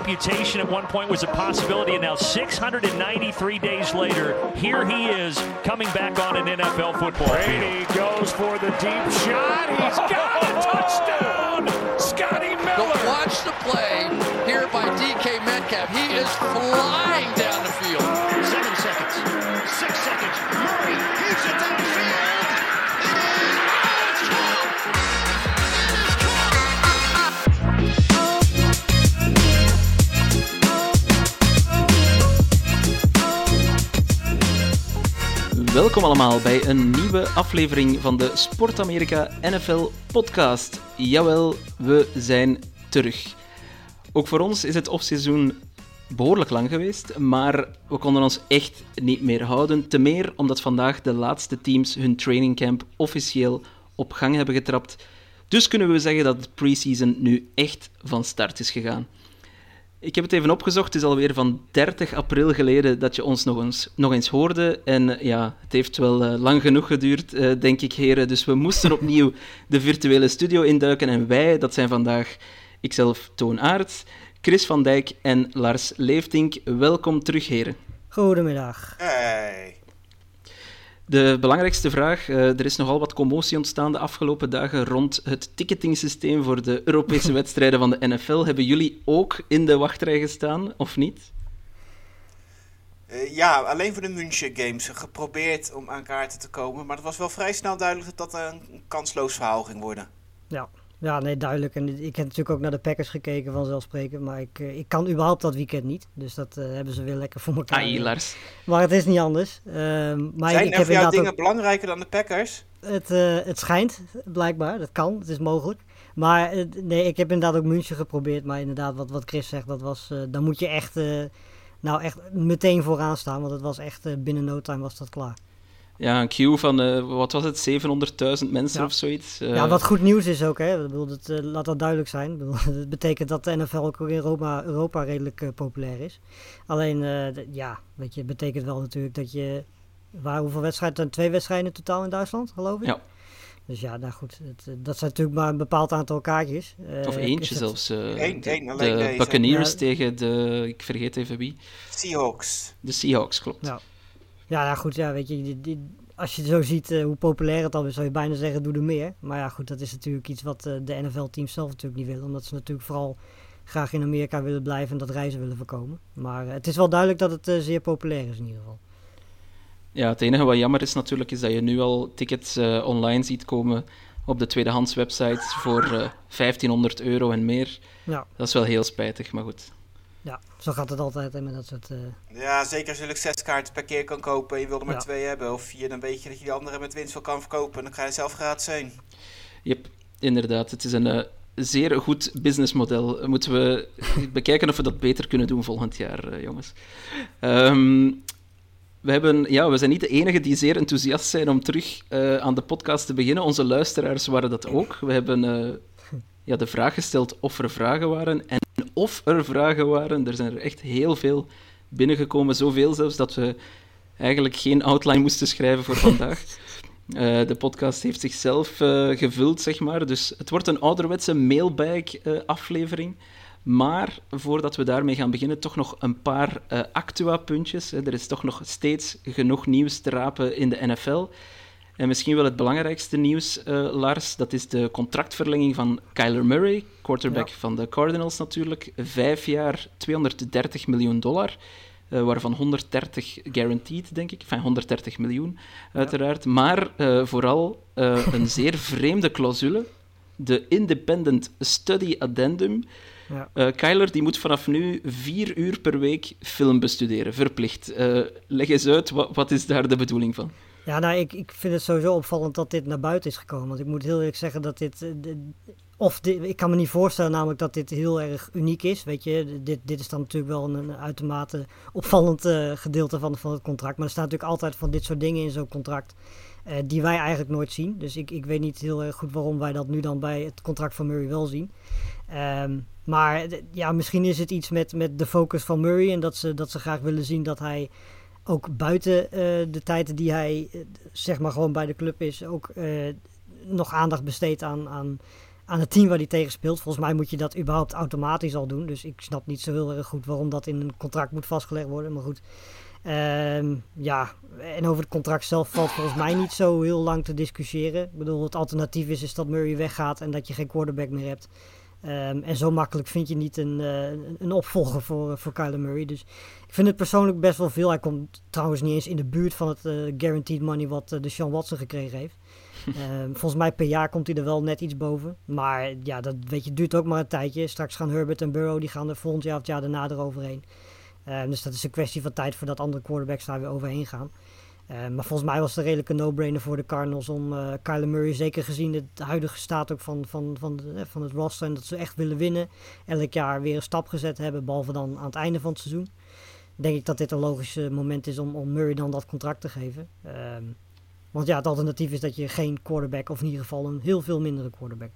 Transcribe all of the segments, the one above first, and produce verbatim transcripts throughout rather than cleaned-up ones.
amputation at one point was a possibility, and now six hundred ninety-three days later, here he is coming back on an N F L football field. Brady goes for the deep shot. He's got a touchdown. Scotty Miller. But watch the play here by D K Metcalf. He is flying down the field. Seven seconds. Six seconds. Murray keeps it downfield. Welkom allemaal bij een nieuwe aflevering van de Sport Amerika N F L podcast. Jawel, we zijn terug. Ook voor ons is het offseizoen behoorlijk lang geweest, maar we konden ons echt niet meer houden. Te meer omdat vandaag de laatste teams hun trainingcamp officieel op gang hebben getrapt. Dus kunnen we zeggen dat het preseason nu echt van start is gegaan. Ik heb het even opgezocht, het is alweer van dertig april geleden dat je ons nog eens, nog eens hoorde. En ja, het heeft wel uh, lang genoeg geduurd, uh, denk ik, heren. Dus we moesten opnieuw de virtuele studio induiken. En wij, dat zijn vandaag ikzelf, Toon Aerts, Chris van Dijk en Lars Leeftink. Welkom terug, heren. Goedemiddag. Hey. De belangrijkste vraag, uh, er is nogal wat commotie ontstaan de afgelopen dagen rond het ticketingsysteem voor de Europese wedstrijden van de N F L. Hebben jullie ook in de wachtrij gestaan, of niet? Uh, ja, alleen voor de München Games geprobeerd om aan kaarten te komen, maar het was wel vrij snel duidelijk dat dat een kansloos verhaal ging worden. Ja. Ja, nee, duidelijk. En ik heb natuurlijk ook naar de Packers gekeken, vanzelfsprekend. Maar ik, ik kan überhaupt dat weekend niet. Dus dat uh, hebben ze weer lekker voor elkaar. Ai, Lars. Maar het is niet anders. Uh, maar Zijn ik er heb voor jou dingen ook... belangrijker dan de Packers? Het, uh, het schijnt, blijkbaar. Dat kan, het is mogelijk. Maar uh, nee, ik heb inderdaad ook München geprobeerd. Maar inderdaad, wat, wat Chris zegt, dat was... Uh, dan moet je echt, uh, nou echt meteen vooraan staan. Want het was echt, uh, binnen no time was dat klaar. Ja, een queue van, uh, wat was het, zevenhonderdduizend mensen ja. of zoiets. Uh... Ja, wat goed nieuws is ook, hè. Ik bedoel, het, uh, laat dat duidelijk zijn. Ik bedoel, het betekent dat de N F L ook in Europa, Europa redelijk uh, populair is. Alleen, uh, d- ja, weet je, het betekent wel natuurlijk dat je... Waar, hoeveel wedstrijden? Twee wedstrijden in totaal in Duitsland, geloof ik? Ja. Dus ja, nou goed, het, dat zijn natuurlijk maar een bepaald aantal kaartjes. Uh, of eentje het... zelfs. Uh, Eén, de één, alleen de deze. Buccaneers Ja. tegen de... Ik vergeet even wie. Seahawks. De Seahawks, klopt. Ja, ja nou goed, ja, weet je... Die, die, als je zo ziet uh, hoe populair het al is, zou je bijna zeggen, doe er meer. Maar ja, goed, dat is natuurlijk iets wat uh, de N F L-teams zelf natuurlijk niet willen. Omdat ze natuurlijk vooral graag in Amerika willen blijven en dat reizen willen voorkomen. Maar uh, het is wel duidelijk dat het uh, zeer populair is in ieder geval. Ja, het enige wat jammer is natuurlijk, is dat je nu al tickets uh, online ziet komen op de tweedehands websites voor uh, vijftienhonderd euro en meer. Ja. Dat is wel heel spijtig, maar goed. Ja, zo gaat het altijd hè, met dat soort... Uh... Ja, zeker als je zes kaarten per keer kan kopen en je wil er maar Ja. twee hebben. Of vier, dan weet je dat je die andere met winst wel kan verkopen. En dan ga je zelf gratis heen. Yep, inderdaad. Het is een uh, zeer goed businessmodel. Moeten we bekijken of we dat beter kunnen doen volgend jaar, uh, jongens. Um, we, hebben, ja, we zijn niet de enigen die zeer enthousiast zijn om terug uh, aan de podcast te beginnen. Onze luisteraars waren dat ook. We hebben uh, ja, de vraag gesteld of er vragen waren. En of er vragen waren. Er zijn er echt heel veel binnengekomen. Zoveel zelfs dat we eigenlijk geen outline moesten schrijven voor vandaag. Uh, de podcast heeft zichzelf uh, gevuld, zeg maar. Dus het wordt een ouderwetse mailbag-aflevering. Uh, maar voordat we daarmee gaan beginnen, toch nog een paar uh, actua-puntjes. Uh, er is toch nog steeds genoeg nieuws te rapen in de N F L. En misschien wel het belangrijkste nieuws, uh, Lars, dat is de contractverlenging van Kyler Murray, quarterback ja. van de Cardinals natuurlijk. Vijf jaar, tweehonderddertig miljoen dollar. Uh, waarvan honderddertig guaranteed, denk ik. Enfin, honderddertig miljoen, uiteraard. Ja. Maar uh, vooral uh, een zeer vreemde clausule. De Independent Study Addendum. Ja. Uh, Kyler die moet vanaf nu vier uur per week film bestuderen, verplicht. Uh, leg eens uit, wat, wat is daar de bedoeling van? Ja, nou, ik, ik vind het sowieso opvallend dat dit naar buiten is gekomen. Want ik moet heel eerlijk zeggen dat dit... De, of dit, ik kan me niet voorstellen namelijk dat dit heel erg uniek is. Weet je, dit, dit is dan natuurlijk wel een, een uitermate opvallend uh, gedeelte van, van het contract. Maar er staan natuurlijk altijd van dit soort dingen in zo'n contract uh, die wij eigenlijk nooit zien. Dus ik, ik weet niet heel erg goed waarom wij dat nu dan bij het contract van Murray wel zien. Um, maar d- ja, misschien is het iets met, met de focus van Murray en dat ze, dat ze graag willen zien dat hij ook buiten uh, de tijden die hij uh, zeg maar gewoon bij de club is, ook uh, nog aandacht besteedt aan, aan aan het team waar hij tegen speelt. Volgens mij moet je dat überhaupt automatisch al doen. Dus ik snap niet zo heel erg goed waarom dat in een contract moet vastgelegd worden. Maar goed. Um, ja, en over het contract zelf valt volgens mij niet zo heel lang te discussiëren. Ik bedoel, het alternatief is, is dat Murray weggaat en dat je geen quarterback meer hebt. Um, en zo makkelijk vind je niet een, uh, een opvolger voor, voor Kyler Murray. Dus ik vind het persoonlijk best wel veel. Hij komt trouwens niet eens in de buurt van het uh, guaranteed money wat uh, Deshaun Watson gekregen heeft. Um, volgens mij per jaar komt hij er wel net iets boven. Maar ja, dat weet je, duurt ook maar een tijdje. Straks gaan Herbert en Burrow, die gaan er volgend jaar of het jaar daarna eroverheen. Um, dus dat is een kwestie van tijd voordat andere quarterbacks daar weer overheen gaan. Uh, maar volgens mij was het een redelijke no-brainer voor de Cardinals om uh, Kyler Murray, zeker gezien de huidige staat ook van, van, van, de, eh, van het roster en dat ze echt willen winnen, elk jaar weer een stap gezet hebben, behalve dan aan het einde van het seizoen. Denk ik dat dit een logisch uh, moment is om, om Murray dan dat contract te geven. Um, want ja, het alternatief is dat je geen quarterback, of in ieder geval een heel veel mindere quarterback.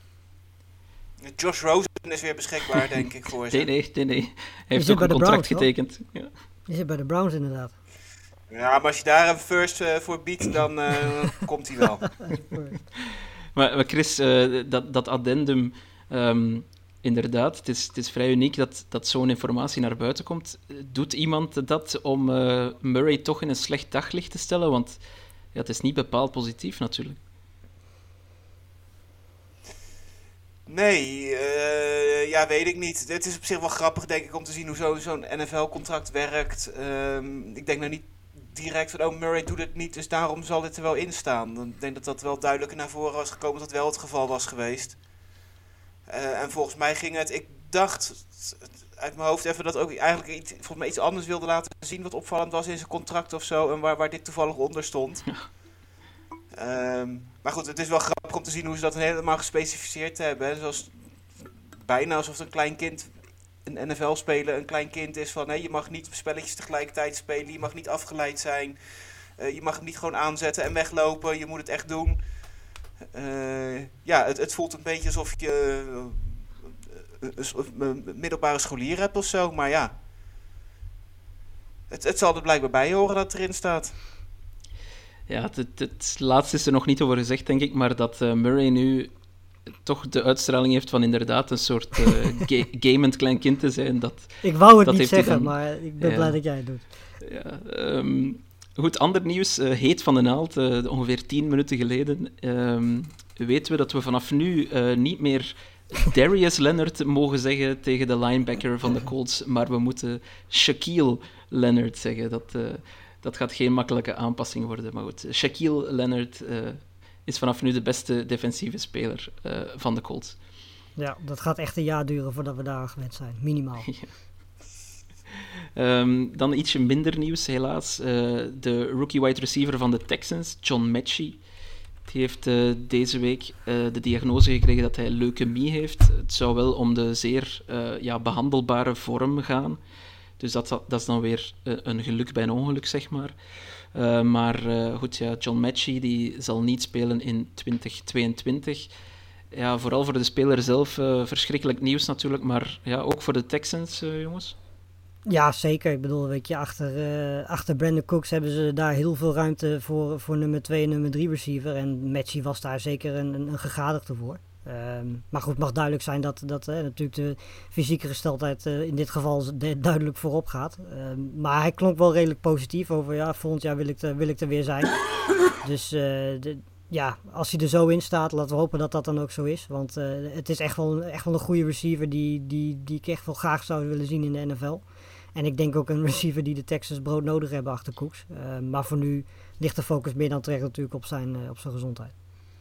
Josh Rosen is weer beschikbaar, denk ik, voor ze. Nee, nee, nee, nee. Hij heeft ook een contract Browns, getekend. Ja. Die zit bij de Browns inderdaad. Ja, maar als je daar een first uh, voor biedt, dan uh, komt hij wel. maar, maar Chris, uh, dat, dat addendum, um, inderdaad, het is, het is vrij uniek dat, dat zo'n informatie naar buiten komt. Doet iemand dat om uh, Murray toch in een slecht daglicht te stellen? Want ja, het is niet bepaald positief natuurlijk. Nee, uh, ja, weet ik niet. Het is op zich wel grappig, denk ik, om te zien hoe zo, zo'n N F L-contract werkt. Um, ik denk nou niet direct van, oh, Murray doet het niet, dus daarom zal dit er wel in staan. Ik denk dat dat wel duidelijker naar voren was gekomen dat dat wel het geval was geweest. Uh, en volgens mij ging het, ik dacht uit mijn hoofd even dat ook eigenlijk iets, volgens mij iets anders wilde laten zien wat opvallend was in zijn contract of zo. En waar, waar dit toevallig onder stond. Ja. Um, maar goed, het is wel grappig om te zien hoe ze dat helemaal gespecificeerd hebben. Hè. Zoals bijna alsof een klein kind, een N F L-speler, een klein kind is van... Hey, je mag niet spelletjes tegelijkertijd spelen, je mag niet afgeleid zijn. Uh, je mag hem niet gewoon aanzetten en weglopen, je moet het echt doen. Uh, ja, het, het voelt een beetje alsof je uh, een, een middelbare scholier hebt of zo, maar ja. Het, het zal er blijkbaar bij horen dat erin staat. Ja, het, het, het laatste is er nog niet over gezegd, denk ik, maar dat uh, Murray nu toch de uitstraling heeft van inderdaad een soort uh, ga- gamend klein kind te zijn. Dat, ik wou het dat niet zeggen, dan, maar ik ben ja, blij dat jij het doet. Ja, um, goed, ander nieuws, uh, heet van de naald, uh, ongeveer tien minuten geleden, um, weten we dat we vanaf nu uh, niet meer Darius Leonard mogen zeggen tegen de linebacker van de Colts, maar we moeten Shaquille Leonard zeggen. Dat... Uh, Dat gaat geen makkelijke aanpassing worden, maar goed. Shaquille Leonard uh, is vanaf nu de beste defensieve speler uh, van de Colts. Ja, dat gaat echt een jaar duren voordat we daar gewend zijn, minimaal. Ja. Um, dan ietsje minder nieuws, helaas. Uh, de rookie wide receiver van de Texans, John Mechie, die heeft uh, deze week uh, de diagnose gekregen dat hij leukemie heeft. Het zou wel om de zeer uh, ja, behandelbare vorm gaan. Dus dat, dat is dan weer uh, een geluk bij een ongeluk, zeg maar. Uh, maar uh, goed, ja, John Mechie die zal niet spelen in twintig tweeëntwintig. Ja, vooral voor de speler zelf uh, verschrikkelijk nieuws natuurlijk, maar ja, ook voor de Texans, uh, jongens. Ja, zeker. Ik bedoel, weet je, achter, uh, achter Brandon Cooks hebben ze daar heel veel ruimte voor, voor nummer twee en nummer drie receiver. En Mechie was daar zeker een, een, een gegadigde voor. Um, maar goed, het mag duidelijk zijn dat, dat uh, natuurlijk de fysieke gesteldheid uh, in dit geval de, duidelijk voorop gaat. Um, maar hij klonk wel redelijk positief over, ja, volgend jaar wil ik, te, wil ik er weer zijn. Dus uh, de, ja, als hij er zo in staat, laten we hopen dat dat dan ook zo is. Want uh, het is echt wel, echt wel een goede receiver die, die, die ik echt wel graag zou willen zien in de N F L. En ik denk ook een receiver die de Texans brood nodig hebben achter Cooks. Uh, maar voor nu ligt de focus meer dan terecht natuurlijk op zijn, uh, op zijn gezondheid.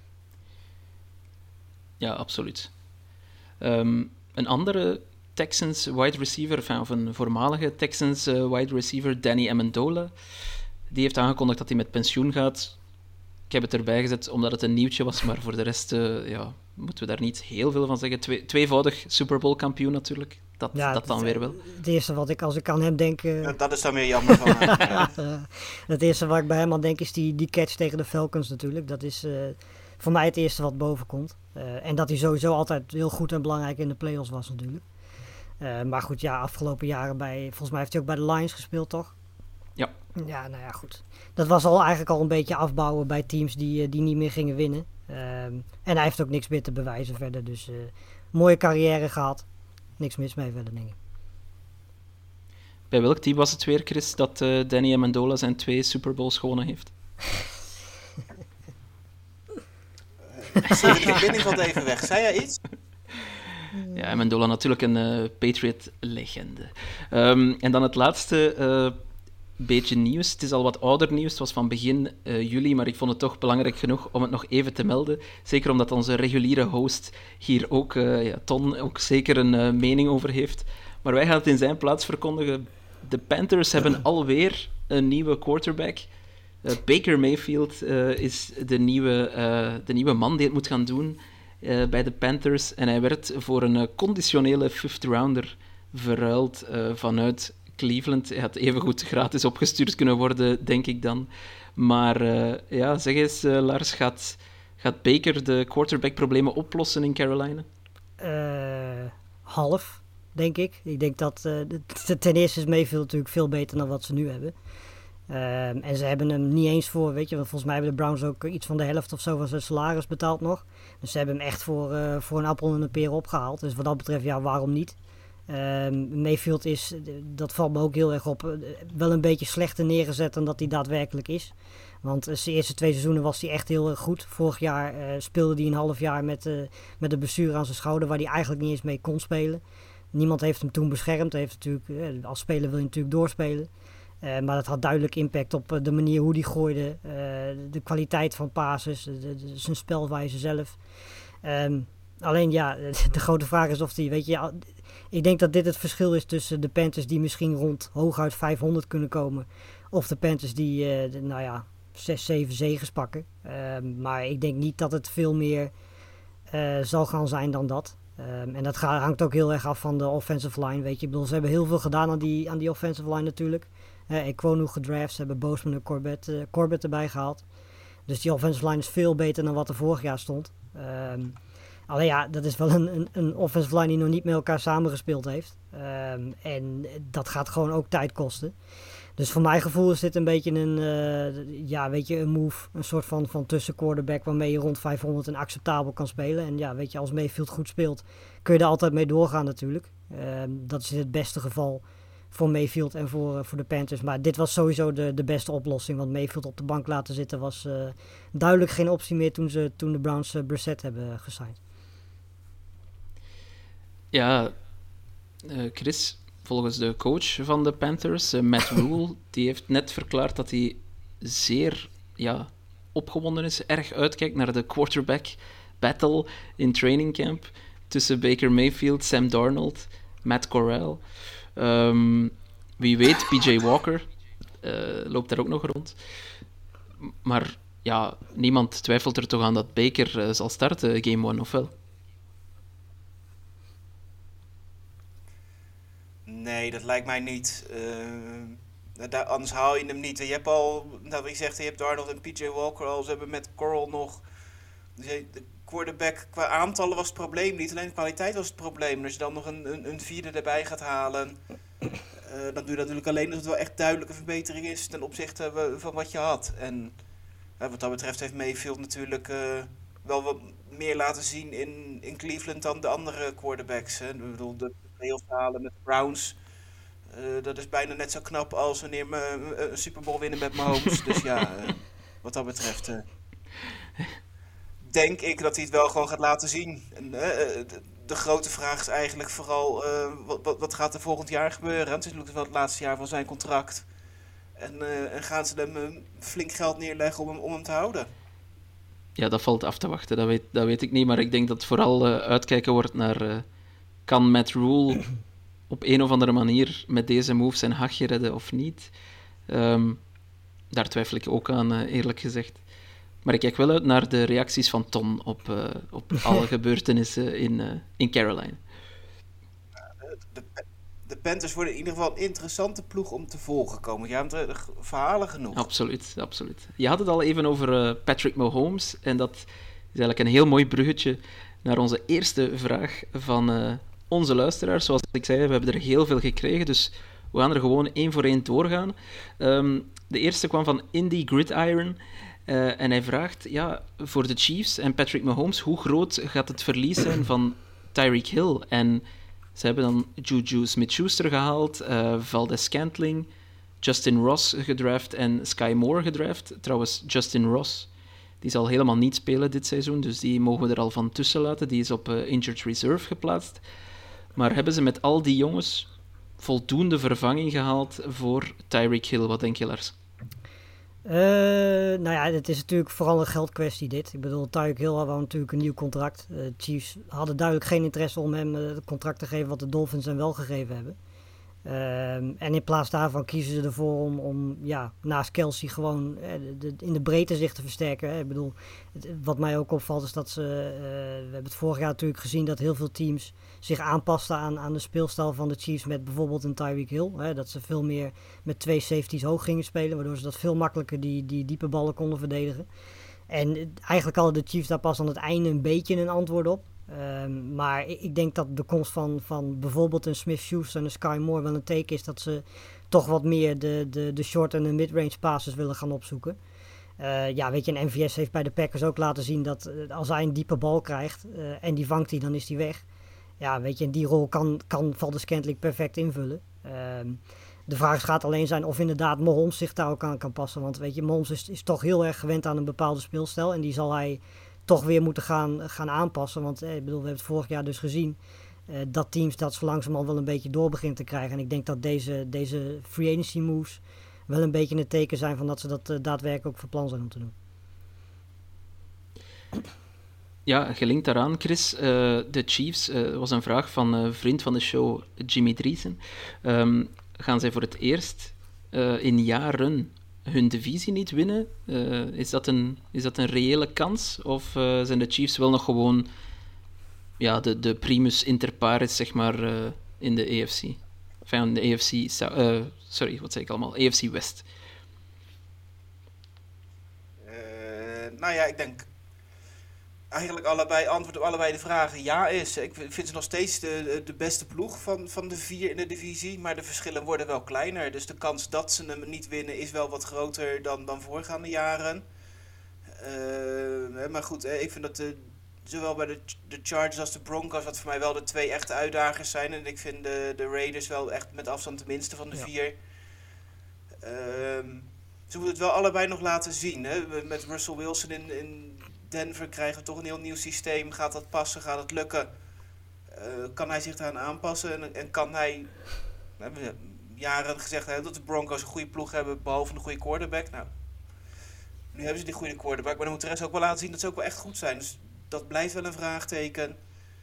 Ja, absoluut. Um, een andere Texans wide receiver, enfin, of een voormalige Texans uh, wide receiver, Danny Amendola, die heeft aangekondigd dat hij met pensioen gaat. Ik heb het erbij gezet omdat het een nieuwtje was, maar voor de rest uh, ja, moeten we daar niet heel veel van zeggen. Twee, tweevoudig Super Bowl kampioen natuurlijk. Dat, ja, dat dan het, weer wel. Het eerste wat ik, als ik aan hem denk... Uh... Ja, dat is dan weer jammer van hem. Ja. Het eerste waar ik bij hem aan denk is die, die catch tegen de Falcons natuurlijk. Dat is uh, voor mij het eerste wat boven komt. Uh, en dat hij sowieso altijd heel goed en belangrijk in de playoffs was natuurlijk. Uh, maar goed, ja, afgelopen jaren bij... Volgens mij heeft hij ook bij de Lions gespeeld, toch? Ja. Ja, nou ja, goed. Dat was al eigenlijk al een beetje afbouwen bij teams die, die niet meer gingen winnen. Um, en hij heeft ook niks meer te bewijzen verder. Dus uh, mooie carrière gehad. Niks mis mee verder, denk ik. Bij welk team was het weer, Chris, dat uh, Danny Amendola zijn twee Super Bowls gewonnen heeft? Sorry, de verbinding valt even weg. Zei jij iets? Ja, Amendola natuurlijk een uh, Patriot-legende. Um, en dan het laatste uh, beetje nieuws. Het is al wat ouder nieuws. Het was van begin uh, juli, maar ik vond het toch belangrijk genoeg om het nog even te melden. Zeker omdat onze reguliere host hier ook, uh, ja, Ton, ook zeker een uh, mening over heeft. Maar wij gaan het in zijn plaats verkondigen. De Panthers hebben alweer een nieuwe quarterback. Uh, Baker Mayfield uh, is de nieuwe, uh, de nieuwe man die het moet gaan doen uh, bij de Panthers. En hij werd voor een uh, conditionele fifth rounder verruild uh, vanuit Cleveland. Hij had evengoed gratis opgestuurd kunnen worden, denk ik dan. Maar uh, ja, zeg eens, uh, Lars, gaat, gaat Baker de quarterback-problemen oplossen in Carolina? Uh, half, denk ik. Ik denk dat uh, de, ten eerste is Mayfield natuurlijk veel beter dan wat ze nu hebben. Um, en ze hebben hem niet eens voor, weet je, want volgens mij hebben de Browns ook iets van de helft of zo van zijn salaris betaald nog. Dus ze hebben hem echt voor, uh, voor een appel en een peer opgehaald. Dus wat dat betreft, ja, waarom niet? Um, Mayfield is, dat valt me ook heel erg op, wel een beetje slechter neergezet dan dat hij daadwerkelijk is. Want uh, zijn eerste twee seizoenen was hij echt heel erg goed. Vorig jaar uh, speelde hij een half jaar met, uh, met een blessure aan zijn schouder waar hij eigenlijk niet eens mee kon spelen. Niemand heeft hem toen beschermd. Heeft natuurlijk, uh, als speler wil je natuurlijk doorspelen. Uh, maar dat had duidelijk impact op uh, de manier hoe hij gooide, uh, de kwaliteit van passes, de, de, de, zijn spelwijze zelf. Um, alleen ja, de grote vraag is of hij, weet je, ik denk dat dit het verschil is tussen de Panthers die misschien rond hooguit vijfhonderd kunnen komen, of de Panthers die, uh, de, nou ja, zes, zeven zegens pakken. Um, maar ik denk niet dat het veel meer uh, zal gaan zijn dan dat. Um, en dat ga, hangt ook heel erg af van de offensive line, weet je. Ik bedoel, ze hebben heel veel gedaan aan die, aan die offensive line natuurlijk. Uh, Ekwonu gedraft, ze hebben Boseman en Corbett, uh, Corbett erbij gehaald. Dus die offensive line is veel beter dan wat er vorig jaar stond. Um, alleen ja, dat is wel een, een, een offensive line die nog niet met elkaar samengespeeld heeft. Um, en dat gaat gewoon ook tijd kosten. Dus voor mijn gevoel is dit een beetje een, uh, ja, weet je, een move. Een soort van, van tussenquarterback waarmee je rond vijfhonderd en acceptabel kan spelen. En ja, weet je, als Mayfield goed speelt, kun je er altijd mee doorgaan natuurlijk. Um, dat is in het beste geval voor Mayfield en voor, uh, voor de Panthers. Maar dit was sowieso de, de beste oplossing. Want Mayfield op de bank laten zitten was uh, duidelijk geen optie meer toen, ze, toen de Browns uh, Brissett hebben gesigned. Ja, uh, Chris, volgens de coach van de Panthers, uh, Matt Rhule, die heeft net verklaard dat hij zeer ja, opgewonden is, erg uitkijkt naar de quarterback battle in training camp tussen Baker Mayfield, Sam Darnold, Matt Corral. Um, wie weet, P J Walker uh, loopt daar ook nog rond. Maar ja, niemand twijfelt er toch aan dat Baker uh, zal starten, game one, of wel? Nee, dat lijkt mij niet. Uh, daar, anders haal je hem niet. Je hebt al, nou, wie zegt, je hebt Darnold en P J Walker al. Ze hebben met Corral nog. De quarterback qua aantallen was het probleem. Niet alleen de kwaliteit was het probleem. En als je dan nog een, een, een vierde erbij gaat halen, uh, dan doe je natuurlijk alleen als het wel echt duidelijke verbetering is ten opzichte van wat je had. En uh, wat dat betreft heeft Mayfield natuurlijk uh, wel wat meer laten zien in, in Cleveland dan de andere quarterbacks. Hè. Ik bedoel, de playoffs halen met de Browns. Uh, dat is bijna net zo knap als wanneer we uh, een Super Bowl winnen met Mahomes. Dus ja, uh, wat dat betreft uh, denk ik dat hij het wel gewoon gaat laten zien. En, uh, de, de grote vraag is eigenlijk vooral, uh, wat, wat, wat gaat er volgend jaar gebeuren? Het is natuurlijk wel het laatste jaar van zijn contract. En, uh, en gaan ze hem uh, flink geld neerleggen om hem, om hem te houden? Ja, dat valt af te wachten, dat weet, dat weet ik niet. Maar ik denk dat vooral uh, uitkijken wordt naar... Uh, kan Matt Rhule op een of andere manier met deze move zijn hachje redden of niet? Um, daar twijfel ik ook aan, uh, eerlijk gezegd. Maar ik kijk wel uit naar de reacties van Ton op, uh, op alle gebeurtenissen in, uh, in Carolina. De, de Panthers worden in ieder geval een interessante ploeg om te volgen komen. Je hebt er verhalen genoeg. Absoluut, absoluut. Je had het al even over uh, Patrick Mahomes. En dat is eigenlijk een heel mooi bruggetje naar onze eerste vraag van uh, onze luisteraars. Zoals ik zei, we hebben er heel veel gekregen. Dus we gaan er gewoon één voor één doorgaan. Um, de eerste kwam van Indie Gridiron. Uh, en hij vraagt, ja, voor de Chiefs en Patrick Mahomes, hoe groot gaat het verlies zijn van Tyreek Hill? En ze hebben dan Juju Smith-Schuster gehaald, uh, Valdez-Scantling, Justin Ross gedraft en Sky Moore gedraft. Trouwens, Justin Ross, die zal helemaal niet spelen dit seizoen, dus die mogen we er al van tussen laten. Die is op uh, injured reserve geplaatst. Maar hebben ze met al die jongens voldoende vervanging gehaald voor Tyreek Hill? Wat denk je, Lars? Uh, nou ja, het is natuurlijk vooral een geldkwestie dit. Ik bedoel, Tyreek Hill had natuurlijk een nieuw contract. De uh, Chiefs hadden duidelijk geen interesse om hem uh, het contract te geven wat de Dolphins hem wel gegeven hebben. Uh, en in plaats daarvan kiezen ze ervoor om, om ja, naast Kelsey gewoon uh, de, de, in de breedte zich te versterken. Hè. Ik bedoel, het, wat mij ook opvalt is dat ze, uh, we hebben het vorig jaar natuurlijk gezien dat heel veel teams zich aanpasten aan, aan de speelstijl van de Chiefs met bijvoorbeeld een Tyreek Hill. Hè, dat ze veel meer met twee safeties hoog gingen spelen, waardoor ze dat veel makkelijker die, die diepe ballen konden verdedigen. En eigenlijk hadden de Chiefs daar pas aan het einde een beetje een antwoord op. Um, maar ik denk dat de komst van, van bijvoorbeeld een Smith-Schuster en een Sky Moore wel een teken is dat ze toch wat meer de, de, de short- en de mid-range passes willen gaan opzoeken. Uh, ja, weet je, een M V S heeft bij de Packers ook laten zien dat uh, als hij een diepe bal krijgt uh, en die vangt hij, dan is hij weg. Ja, weet je, en die rol kan, kan Valdez-Scantling perfect invullen. Um, de vraag gaat alleen zijn of inderdaad Mahomes zich daar ook aan kan passen. Want weet je, Mahomes is, is toch heel erg gewend aan een bepaalde speelstijl en die zal hij toch weer moeten gaan, gaan aanpassen. Want eh, ik bedoel, we hebben het vorig jaar dus gezien uh, dat teams dat zo langzamerhand wel een beetje door beginnen te krijgen. En ik denk dat deze, deze free agency moves wel een beetje een teken zijn van dat ze dat uh, daadwerkelijk ook van plan zijn om te doen. Ja, gelinkt daaraan, Chris. Uh, de Chiefs, uh, was een vraag van een uh, vriend van de show, Jimmy Driesen. Um, gaan zij voor het eerst uh, in jaren hun divisie niet winnen? Uh, is, dat een, is dat een reële kans? Of uh, zijn de Chiefs wel nog gewoon ja, de, de primus inter pares, zeg maar, uh, in de A F C? Enfin, de A F C... Uh, sorry, wat zei ik allemaal? A F C West. Uh, nou ja, ik denk eigenlijk allebei, antwoord op allebei de vragen ja is. Ik vind ze nog steeds de, de beste ploeg van, van de vier in de divisie, maar de verschillen worden wel kleiner. Dus de kans dat ze hem niet winnen is wel wat groter dan, dan voorgaande jaren. Uh, maar goed, ik vind dat de, zowel bij de, de Chargers als de Broncos, wat voor mij wel de twee echte uitdagers zijn. En ik vind de, de Raiders wel echt met afstand de minste van de ja. vier. Uh, ze moeten het wel allebei nog laten zien. Hè? Met Russell Wilson in... in Denver krijgen we toch een heel nieuw systeem. Gaat dat passen? Gaat het lukken? Uh, kan hij zich daaraan aanpassen? En, en kan hij... We hebben jaren gezegd hè, dat de Broncos een goede ploeg hebben, behalve een goede quarterback. Nou, nu hebben ze die goede quarterback, maar dan moet de rest ook wel laten zien dat ze ook wel echt goed zijn. Dus dat blijft wel een vraagteken.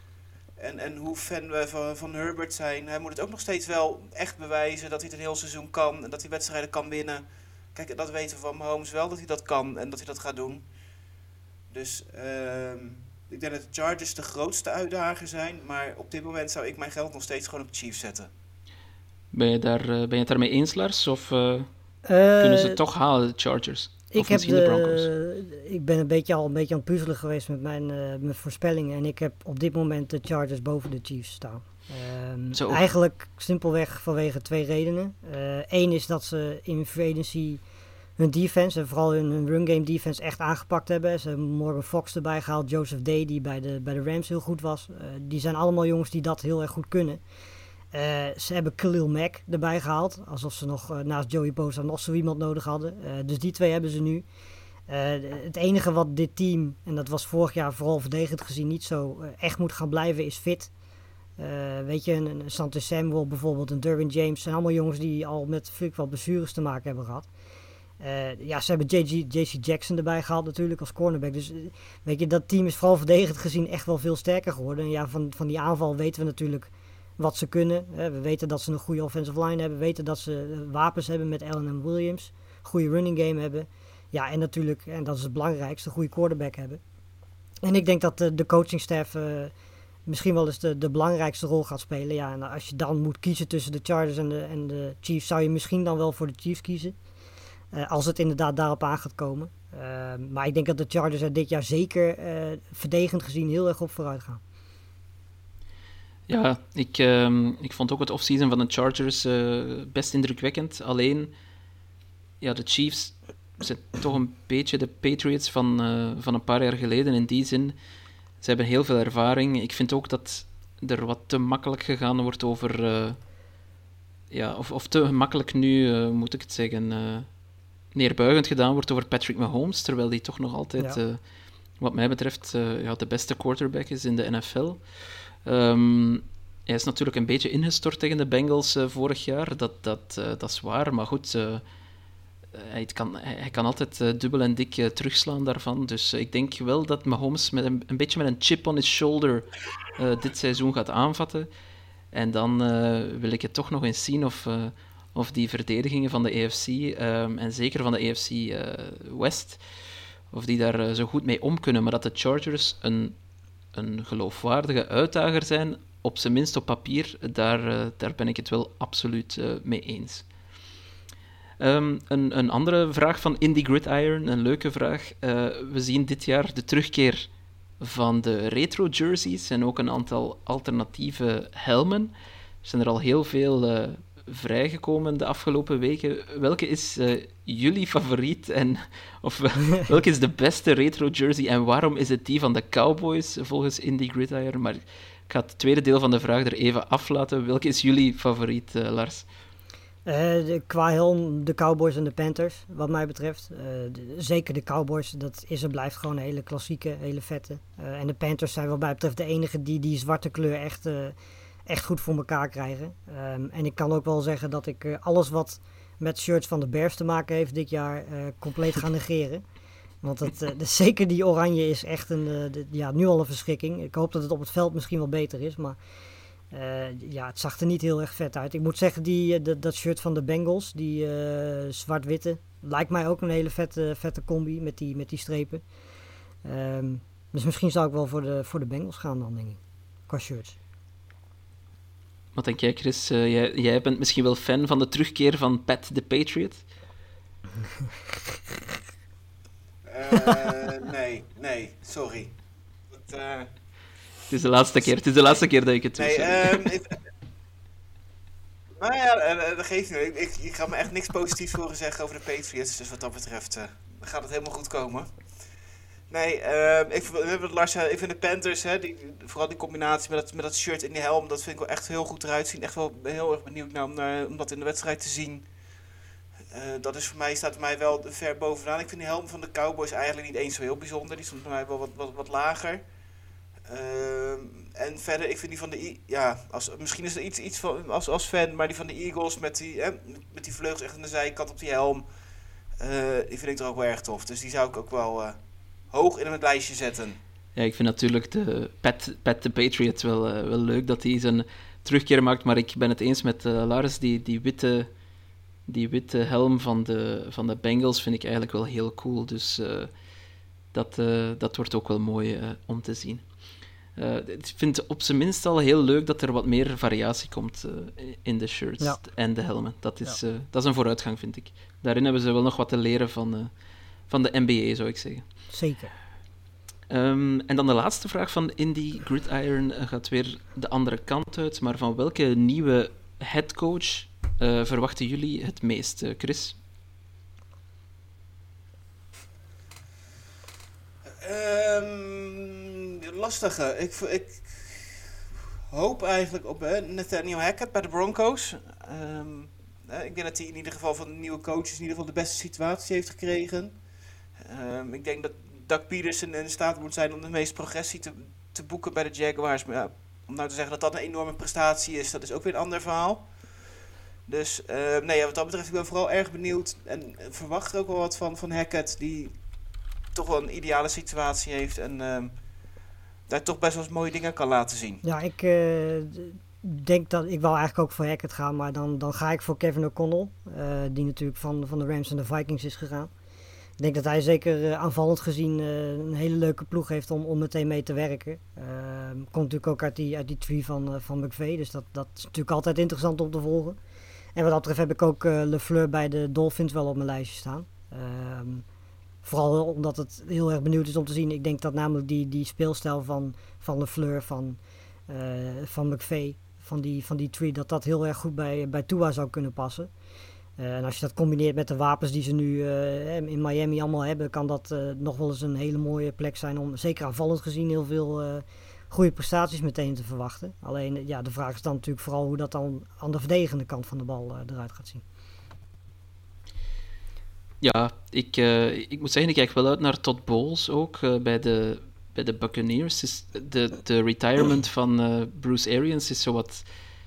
En, en hoe fan we van, van Herbert zijn. Hij moet het ook nog steeds wel echt bewijzen dat hij het een heel seizoen kan. En dat hij wedstrijden kan winnen. Kijk, dat weten we van Mahomes wel, dat hij dat kan en dat hij dat gaat doen. Dus uh, ik denk dat de Chargers de grootste uitdager zijn. Maar op dit moment zou ik mijn geld nog steeds gewoon op de Chiefs zetten. Ben je, daar, uh, ben je het daarmee eens, Lars? Of uh, uh, kunnen ze het toch halen, de Chargers? Of ik, heb misschien de, de Broncos? Ik ben een beetje al een beetje aan het puzzelen geweest met mijn, uh, mijn voorspellingen. En ik heb op dit moment de Chargers boven de Chiefs staan. Um, eigenlijk simpelweg vanwege twee redenen. Eén uh, is dat ze in free agency hun defense, en vooral hun, hun run game defense, echt aangepakt hebben. Ze hebben Morgan Fox erbij gehaald, Joseph Day, die bij de, bij de Rams heel goed was. Uh, die zijn allemaal jongens die dat heel erg goed kunnen. Uh, ze hebben Khalil Mack erbij gehaald, alsof ze nog uh, naast Joey Bosa nog zo iemand nodig hadden. Uh, dus die twee hebben ze nu. Uh, het enige wat dit team, en dat was vorig jaar vooral verdedigend gezien niet zo, uh, echt moet gaan blijven is fit. Uh, weet je, een, een Santos Samuel bijvoorbeeld, een Derwin James, zijn allemaal jongens die al met flink wat blessures te maken hebben gehad. Uh, ja, ze hebben J C Jackson erbij gehaald natuurlijk als cornerback. Dus uh, weet je, dat team is vooral verdedigend gezien echt wel veel sterker geworden. En ja, van, van die aanval weten we natuurlijk wat ze kunnen. Uh, we weten dat ze een goede offensive line hebben. We weten dat ze uh, wapens hebben met Allen en Williams. Goede running game hebben. Ja, en natuurlijk, en dat is het belangrijkste, een goede quarterback hebben. En ik denk dat uh, de coachingstaf uh, misschien wel eens de, de belangrijkste rol gaat spelen. Ja, en als je dan moet kiezen tussen de Chargers en de, en de Chiefs, zou je misschien dan wel voor de Chiefs kiezen. Uh, als het inderdaad daarop aan gaat komen. Uh, maar ik denk dat de Chargers er dit jaar zeker uh, verdedigend gezien heel erg op vooruit gaan. Ja, ik, uh, ik vond ook het offseason van de Chargers uh, best indrukwekkend. Alleen, ja, de Chiefs zijn toch een beetje de Patriots van, uh, van een paar jaar geleden. In die zin, ze hebben heel veel ervaring. Ik vind ook dat er wat te makkelijk gegaan wordt over... Uh, ja, of, of te makkelijk nu, uh, moet ik het zeggen... Uh, neerbuigend gedaan wordt over Patrick Mahomes, terwijl die toch nog altijd, ja. uh, wat mij betreft, uh, ja, de beste quarterback is in de N F L. Um, hij is natuurlijk een beetje ingestort tegen de Bengals uh, vorig jaar, dat, dat, uh, dat is waar, maar goed, uh, hij, kan, hij, hij kan altijd uh, dubbel en dik uh, terugslaan daarvan, dus uh, ik denk wel dat Mahomes met een, een beetje met een chip on his shoulder uh, dit seizoen gaat aanvatten, en dan uh, wil ik het toch nog eens zien of... Uh, of die verdedigingen van de A F C, um, en zeker van de A F C uh, West, of die daar uh, zo goed mee om kunnen. Maar dat de Chargers een, een geloofwaardige uitdager zijn, op zijn minst op papier, daar, uh, daar ben ik het wel absoluut uh, mee eens. Um, een, een andere vraag van Indy Gridiron, een leuke vraag. Uh, we zien dit jaar de terugkeer van de retro jerseys en ook een aantal alternatieve helmen. Er zijn er al heel veel... Uh, vrijgekomen de afgelopen weken. Welke is uh, jullie favoriet en of uh, welke is de beste retro jersey en waarom is het die van de Cowboys volgens Indy Gridiron? Maar ik ga het tweede deel van de vraag er even aflaten. Welke is jullie favoriet, uh, Lars? Uh, de, qua helm de Cowboys en de Panthers, wat mij betreft. Uh, de, zeker de Cowboys, dat is en blijft gewoon een hele klassieke, hele vette. Uh, en de Panthers zijn wat mij betreft de enige die die zwarte kleur echt... Uh, echt goed voor elkaar krijgen. Um, en ik kan ook wel zeggen dat ik uh, alles wat met shirts van de Bears te maken heeft dit jaar uh, compleet ga negeren. Want het, uh, de, zeker die oranje is echt een, uh, de, ja, nu al een verschrikking. Ik hoop dat het op het veld misschien wel beter is, maar uh, ja, het zag er niet heel erg vet uit. Ik moet zeggen, die, uh, de, dat shirt van de Bengals, die uh, zwart-witte, lijkt mij ook een hele vette, vette combi met die, met die strepen. Um, dus misschien zou ik wel voor de, voor de Bengals gaan dan, denk ik. Qua shirts. Wat denk jij, Chris? Uh, jij, jij bent misschien wel fan van de terugkeer van Pat the Patriot? Uh, nee, nee, sorry. Dat, uh... Het is de laatste keer, het is de laatste keer dat ik het doe. Nee, um, ik... Nou ja, uh, dat geeft niet. Ik, ik, ik ga me echt niks positiefs horen zeggen over de Patriots, dus wat dat betreft uh, gaat het helemaal goed komen. Nee, uh, ik, vind, Lars, ik vind de Panthers, hè, die, vooral die combinatie met dat, met dat shirt in die helm, dat vind ik wel echt heel goed eruit zien. Echt wel heel erg benieuwd naar om, naar, om dat in de wedstrijd te zien. Uh, dat is voor mij, staat voor mij wel ver bovenaan. Ik vind die helm van de Cowboys eigenlijk niet eens zo heel bijzonder. Die stond voor mij wel wat, wat, wat lager. Uh, en verder, ik vind die van de... Ja, als, misschien is er iets, iets van, als, als fan, maar die van de Eagles met die, eh, met die vleugels echt aan de zijkant op die helm. Uh, die vind ik er ook wel erg tof. Dus die zou ik ook wel... Uh, hoog in het lijstje zetten. Ja, ik vind natuurlijk de Pat, Pat the Patriot wel, uh, wel leuk dat hij zijn terugkeer maakt, maar ik ben het eens met uh, Lars, die, die, witte, die witte helm van de, van de Bengals vind ik eigenlijk wel heel cool, dus uh, dat, uh, dat wordt ook wel mooi uh, om te zien. Uh, ik vind het op zijn minst al heel leuk dat er wat meer variatie komt uh, in de shirts ja. en de helmen. Dat is, ja. uh, dat is een vooruitgang, vind ik. Daarin hebben ze wel nog wat te leren van... Uh, van de N B A, zou ik zeggen. Zeker. Um, en dan de laatste vraag van Indy Gridiron uh, gaat weer de andere kant uit. Maar van welke nieuwe headcoach uh, verwachten jullie het meest, uh, Chris? Um, lastige. Ik, ik hoop eigenlijk op uh, Nathaniel Hackett bij de Broncos. Um, uh, ik denk dat hij in ieder geval van de nieuwe coaches in ieder geval de beste situatie heeft gekregen. Um, ik denk dat Doug Peterson in staat moet zijn om de meeste progressie te, te boeken bij de Jaguars. Maar ja, om nou te zeggen dat dat een enorme prestatie is, dat is ook weer een ander verhaal. Dus uh, nee, ja, wat dat betreft, ik ben vooral erg benieuwd en verwacht er ook wel wat van, van Hackett, die toch wel een ideale situatie heeft en uh, daar toch best wel eens mooie dingen kan laten zien. Ja, ik uh, denk dat ik wel eigenlijk ook voor Hackett ga, maar dan, dan ga ik voor Kevin O'Connell, uh, die natuurlijk van, van de Rams en de Vikings is gegaan. Ik denk dat hij zeker uh, aanvallend gezien uh, een hele leuke ploeg heeft om, om meteen mee te werken. Uh, komt natuurlijk ook uit die, uit die tree van, uh, van McVay, dus dat, dat is natuurlijk altijd interessant om te volgen. En wat dat betreft heb ik ook uh, LeFleur bij de Dolphins wel op mijn lijstje staan. Uh, vooral omdat het heel erg benieuwd is om te zien. Ik denk dat namelijk die, die speelstijl van, van LeFleur, van, uh, van McVay, van die, van die tree, dat dat heel erg goed bij, bij Tua zou kunnen passen. Uh, en als je dat combineert met de wapens die ze nu uh, in Miami allemaal hebben, kan dat uh, nog wel eens een hele mooie plek zijn om, zeker aanvallend gezien, heel veel uh, goede prestaties meteen te verwachten. Alleen, uh, ja, de vraag is dan natuurlijk vooral hoe dat dan aan de verdedigende kant van de bal uh, eruit gaat zien. Ja, ik, uh, ik moet zeggen, ik kijk wel uit naar Todd Bowles ook uh, bij, de, bij de Buccaneers. Dus de, de retirement van uh, Bruce Arians is zowat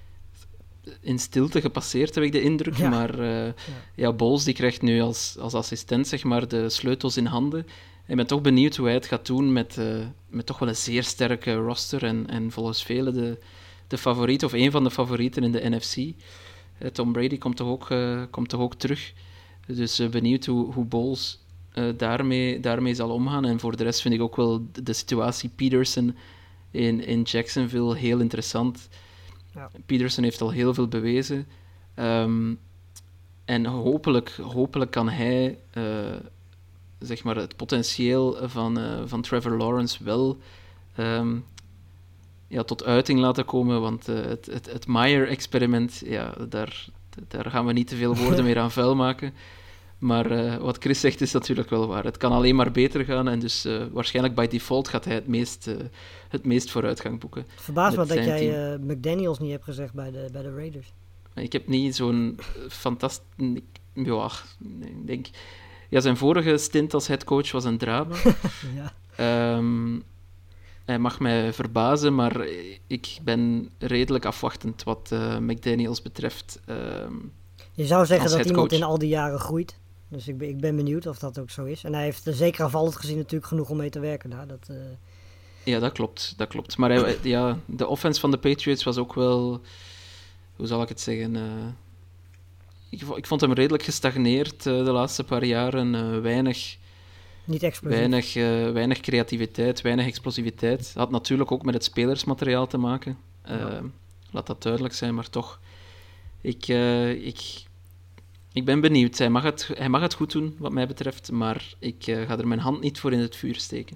in stilte gepasseerd, heb ik de indruk. Ja. Maar uh, ja. ja, Bowles die krijgt nu als, als assistent zeg maar, de sleutels in handen. Ik ben toch benieuwd hoe hij het gaat doen met, uh, met toch wel een zeer sterke roster en, en volgens velen de, de favoriet, of een van de favorieten in de N F C. Uh, Tom Brady komt toch ook, uh, komt toch ook terug. Dus uh, benieuwd hoe, hoe Bowles uh, daarmee, daarmee zal omgaan. En voor de rest vind ik ook wel de, de situatie Peterson in, in Jacksonville heel interessant. Ja. Peterson heeft al heel veel bewezen. Um, en hopelijk, hopelijk kan hij uh, zeg maar het potentieel van, uh, van Trevor Lawrence wel um, ja, tot uiting laten komen. Want uh, het, het, het Meyer-experiment, ja, daar, daar gaan we niet te veel woorden meer aan vuil maken. Maar uh, wat Chris zegt is natuurlijk wel waar. Het kan alleen maar beter gaan en dus uh, waarschijnlijk by default gaat hij het meest, uh, het meest vooruitgang boeken. Verbaas me dat jij uh, McDaniels niet hebt gezegd bij de, bij de Raiders. Ik heb niet zo'n fantastisch... Ja, ik denk... Ja, zijn vorige stint als headcoach was een drama. ja. um, hij mag mij verbazen, maar ik ben redelijk afwachtend wat uh, McDaniels betreft. Um, Je zou zeggen dat iemand in al die jaren groeit. Dus ik ben, ik ben benieuwd of dat ook zo is. En hij heeft er zeker aanvallend gezien natuurlijk genoeg om mee te werken daar. Dat, uh... Ja, dat klopt. Dat klopt. Maar hij, ja, de offense van de Patriots was ook wel... Hoe zal ik het zeggen? Uh, ik, ik vond hem redelijk gestagneerd uh, de laatste paar jaren. Uh, weinig... Niet explosief. Weinig, uh, weinig creativiteit, weinig explosiviteit. Had natuurlijk ook met het spelersmateriaal te maken. Uh, ja. Laat dat duidelijk zijn, maar toch... Ik, uh, ik, ik ben benieuwd. Hij mag, het, hij mag het goed doen, wat mij betreft, maar ik uh, ga er mijn hand niet voor in het vuur steken.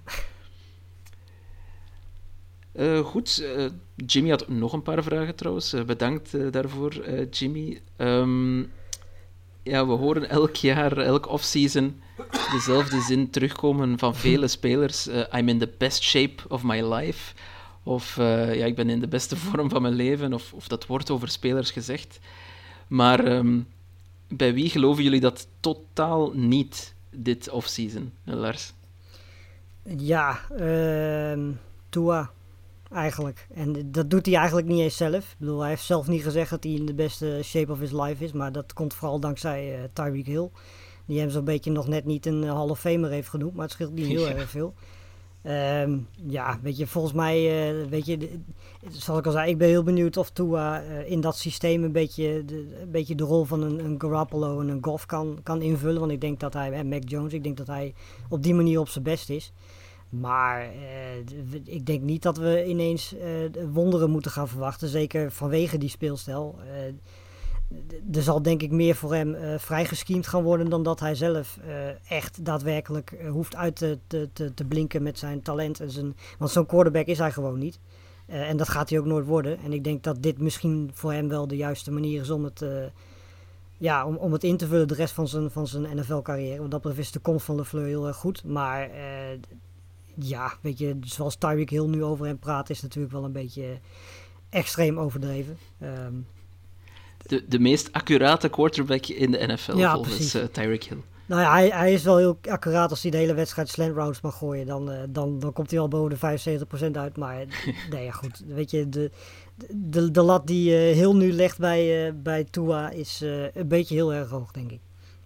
Uh, goed, uh, Jimmy had nog een paar vragen trouwens. Uh, bedankt uh, daarvoor, uh, Jimmy. Um, ja, we horen elk jaar, elk offseason, dezelfde zin terugkomen van vele spelers. Uh, I'm in the best shape of my life. Of uh, ja, ik ben in de beste vorm van mijn leven. Of, of dat wordt over spelers gezegd. Maar um, bij wie geloven jullie dat totaal niet dit offseason, Lars? Ja, uh, Tua eigenlijk. En dat doet hij eigenlijk niet eens zelf. Ik bedoel, hij heeft zelf niet gezegd dat hij in de beste shape of his life is. Maar dat komt vooral dankzij uh, Tyreek Hill. Die hem zo'n beetje nog net niet een Hall of Famer heeft genoemd. Maar het scheelt niet heel erg veel. Um, ja, weet je, volgens mij, uh, weet je, de, zoals ik al zei, ik ben heel benieuwd of Tua uh, in dat systeem een beetje de, een beetje de rol van een, een Garoppolo en een Goff kan, kan invullen. Want ik denk dat hij, en Mac Jones, ik denk dat hij op die manier op zijn best is. Maar uh, ik denk niet dat we ineens uh, wonderen moeten gaan verwachten, zeker vanwege die speelstijl. Uh, Er zal denk ik meer voor hem uh, vrijgescheemd gaan worden dan dat hij zelf uh, echt daadwerkelijk uh, hoeft uit te, te, te, te blinken met zijn talent. En zijn, want zo'n quarterback is hij gewoon niet. Uh, en dat gaat hij ook nooit worden. En ik denk dat dit misschien voor hem wel de juiste manier is om het, uh, ja, om, om het in te vullen de rest van zijn, van zijn N F L-carrière. Want dat is de komst van LeFleur heel erg goed. Maar uh, ja, weet je, zoals Tyreek Hill nu over hem praat, is natuurlijk wel een beetje extreem overdreven. Um, De, de meest accurate quarterback in de N F L, ja, volgens uh, Tyreek Hill. Nou ja, hij, hij is wel heel accuraat als hij de hele wedstrijd slant routes mag gooien. Dan, uh, dan, dan komt hij al boven de vijfenzeventig procent uit. Maar nee, ja, goed. Weet je, de, de, de lat die uh, Hill nu legt bij, uh, bij Tua is uh, een beetje heel erg hoog, denk ik.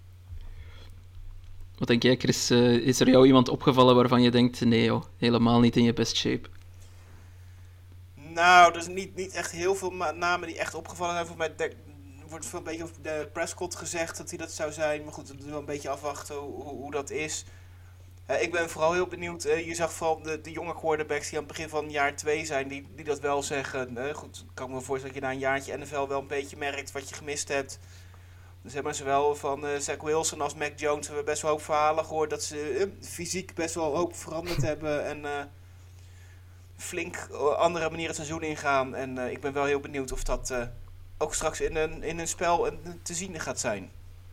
Wat denk jij, Chris? Uh, is er jou iemand opgevallen waarvan je denkt, nee joh, helemaal niet in je best shape? Nou, er zijn niet, niet echt heel veel ma- namen die echt opgevallen zijn. Volgens mij de, wordt veel een beetje over de Prescott gezegd dat hij dat zou zijn. Maar goed, we moeten wel een beetje afwachten hoe, hoe, hoe dat is. Uh, ik ben vooral heel benieuwd. Uh, je zag vooral de, de jonge quarterbacks die aan het begin van jaar twee zijn, die, die dat wel zeggen. Uh, goed, kan ik me voorstellen dat je na een jaartje N F L wel een beetje merkt wat je gemist hebt. Dus hebben zowel van uh, Zach Wilson als Mac Jones hebben best wel hoop verhalen gehoord dat ze uh, fysiek best wel hoop veranderd hebben. En... Uh, flink andere manier het seizoen ingaan. En uh, ik ben wel heel benieuwd of dat uh, ook straks in een, in een spel uh, te zien gaat zijn.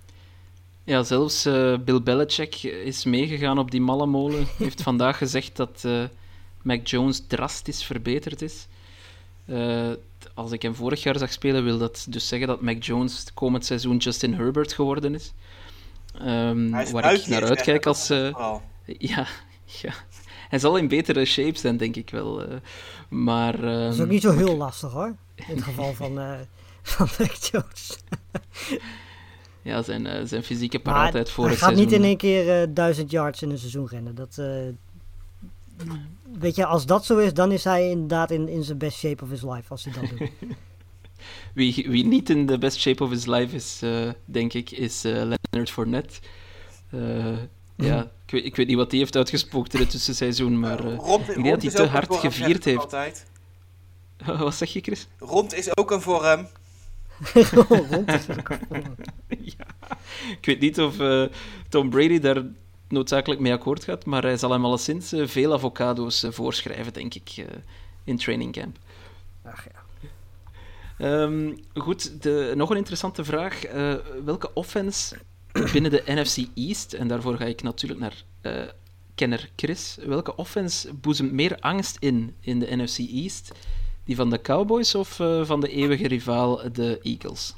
Ja, zelfs uh, Bill Belichick is meegegaan op die malle molen. Hij heeft vandaag gezegd dat uh, Mac Jones drastisch verbeterd is. Uh, als ik hem vorig jaar zag spelen, wil dat dus zeggen dat Mac Jones komend seizoen Justin Herbert geworden is. Um, is waar ik naar uitkijk als... Uh, ja, ja, hij zal in betere shape zijn, denk ik wel. Uh, maar, um, dat is ook niet zo heel lastig, hoor. In het geval van, uh, van Mac Jones. Ja, zijn, uh, zijn fysieke paraatheid voor het seizoen. Hij gaat seizoen. niet in één keer uh, duizend yards in een seizoen rennen. Dat, uh, weet je, als dat zo is, dan is hij inderdaad in, in zijn best shape of his life, als hij dat doet. Wie, wie niet in de best shape of his life is, uh, denk ik, is uh, Leonard Fournette. Uh, ja, mm. ik, weet, ik weet niet wat hij heeft uitgespookt in het tussenseizoen, maar uh, Rond, ik denk dat hij te hard gevierd heeft. Altijd. Wat zeg je, Chris? Rond is ook een voor hem. Rond is ook een voor hem. Ja. Ik weet niet of uh, Tom Brady daar noodzakelijk mee akkoord gaat, maar hij zal hem alleszins uh, veel avocado's uh, voorschrijven, denk ik, uh, in training camp. Ach ja. Um, goed, de, nog een interessante vraag. Uh, welke offense binnen de N F C East, en daarvoor ga ik natuurlijk naar uh, kenner Chris, welke offense boezemt meer angst in in de N F C East? Die van de Cowboys of uh, van de eeuwige rivaal, de Eagles?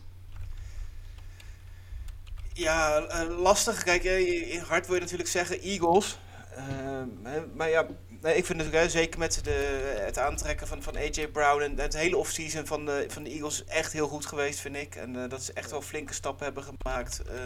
Ja, uh, lastig. Kijk, in hart wil je natuurlijk zeggen Eagles. Uh, maar ja, nee, ik vind het natuurlijk, zeker met de, het aantrekken van, van A J Brown en het hele offseason van de, van de Eagles echt heel goed geweest, vind ik. En uh, dat ze echt wel flinke stappen hebben gemaakt uh,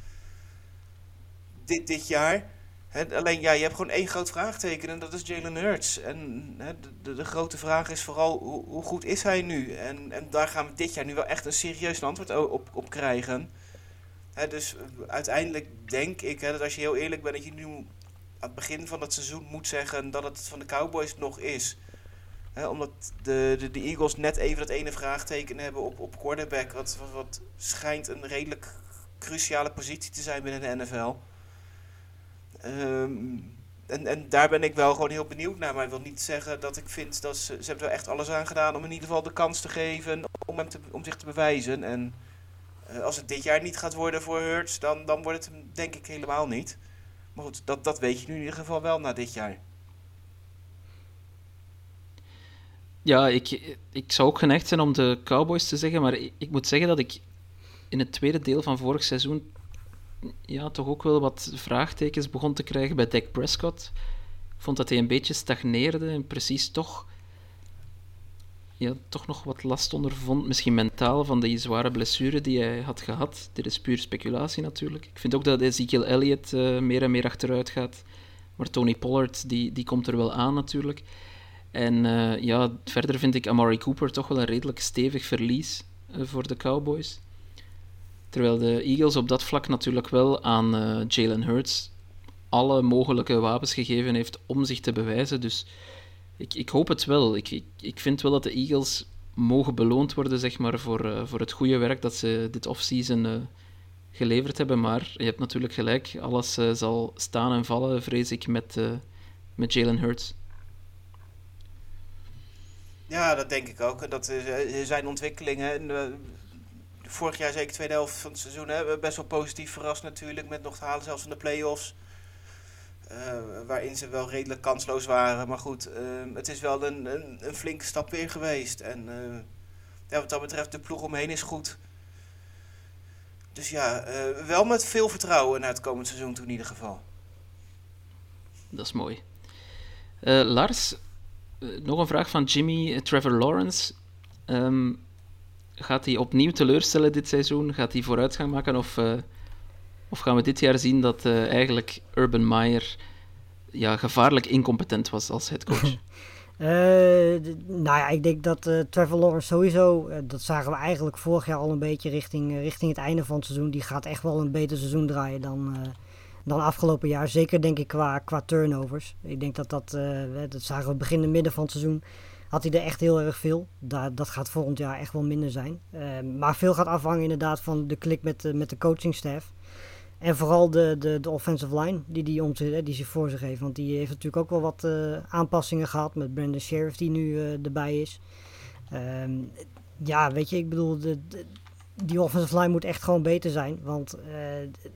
dit, dit jaar. He, alleen, ja, je hebt gewoon één groot vraagteken en dat is Jalen Hurts. En he, de, de grote vraag is vooral, hoe, hoe goed is hij nu? En, en daar gaan we dit jaar nu wel echt een serieus antwoord op, op krijgen. He, dus uiteindelijk denk ik, he, dat als je heel eerlijk bent, dat je nu aan het begin van het seizoen moet zeggen dat het van de Cowboys nog is. He, omdat de, de, de Eagles net even dat ene vraagteken hebben op, op quarterback, wat, wat, wat schijnt een redelijk cruciale positie te zijn binnen de N F L. Um, en, en daar ben ik wel gewoon heel benieuwd naar. Maar ik wil niet zeggen dat ik vind dat ze... Ze hebben er echt alles aan gedaan om in ieder geval de kans te geven om, hem te, om zich te bewijzen. En uh, als het dit jaar niet gaat worden voor Hurts, dan, dan wordt het hem denk ik helemaal niet. Maar goed, dat, dat weet je nu in ieder geval wel na dit jaar. Ja, ik, ik zou ook geneigd zijn om de Cowboys te zeggen, maar ik, ik moet zeggen dat ik in het tweede deel van vorig seizoen ja, toch ook wel wat vraagtekens begon te krijgen bij Dak Prescott. Ik vond dat hij een beetje stagneerde en precies toch, ja, toch nog wat last ondervond, misschien mentaal, van die zware blessure die hij had gehad. Dit is puur speculatie natuurlijk. Ik vind ook dat Ezekiel Elliott uh, meer en meer achteruit gaat, maar Tony Pollard, die, die komt er wel aan natuurlijk. En uh, ja, verder vind ik Amari Cooper toch wel een redelijk stevig verlies uh, voor de Cowboys. Terwijl de Eagles op dat vlak natuurlijk wel aan uh, Jalen Hurts alle mogelijke wapens gegeven heeft om zich te bewijzen. Dus ik, ik hoop het wel. Ik, ik, ik vind wel dat de Eagles mogen beloond worden, zeg maar, voor, uh, voor het goede werk dat ze dit offseason uh, geleverd hebben. Maar je hebt natuurlijk gelijk. Alles uh, zal staan en vallen, vrees ik, met, uh, met Jalen Hurts. Ja, dat denk ik ook. Dat uh, zijn ontwikkelingen. En, uh, vorig jaar, zeker de tweede helft van het seizoen, hè, best wel positief verrast natuurlijk. Met nog te halen zelfs van de play-offs. Uh, waarin ze wel redelijk kansloos waren. Maar goed, uh, het is wel een, een, een flinke stap weer geweest. En uh, ja, wat dat betreft, de ploeg omheen is goed. Dus ja, uh, wel met veel vertrouwen naar het komend seizoen toe in ieder geval. Dat is mooi. Uh, Lars, uh, nog een vraag van Jimmy uh, Trevor Lawrence. Um, gaat hij opnieuw teleurstellen dit seizoen? Gaat hij vooruitgang maken? Of, uh, of gaan we dit jaar zien dat uh, eigenlijk Urban Meyer ja, gevaarlijk incompetent was als headcoach? uh, d- nou ja, ik denk dat uh, Trevor Lawrence sowieso, uh, dat zagen we eigenlijk vorig jaar al een beetje richting, uh, richting het einde van het seizoen. Die gaat echt wel een beter seizoen draaien dan, uh, dan afgelopen jaar. Zeker denk ik qua, qua turnovers. Ik denk dat dat, uh, dat zagen we begin en midden van het seizoen. Had hij er echt heel erg veel. Da- dat gaat volgend jaar echt wel minder zijn. Uh, maar veel gaat afhangen inderdaad van de klik met de, met de coachingstaff. En vooral de, de, de offensive line die, die, om zich, die zich voor zich heeft. Want die heeft natuurlijk ook wel wat uh, aanpassingen gehad met Brandon Sheriff die nu uh, erbij is. Um, ja, weet je, ik bedoel, de, de, die offensive line moet echt gewoon beter zijn. Want uh,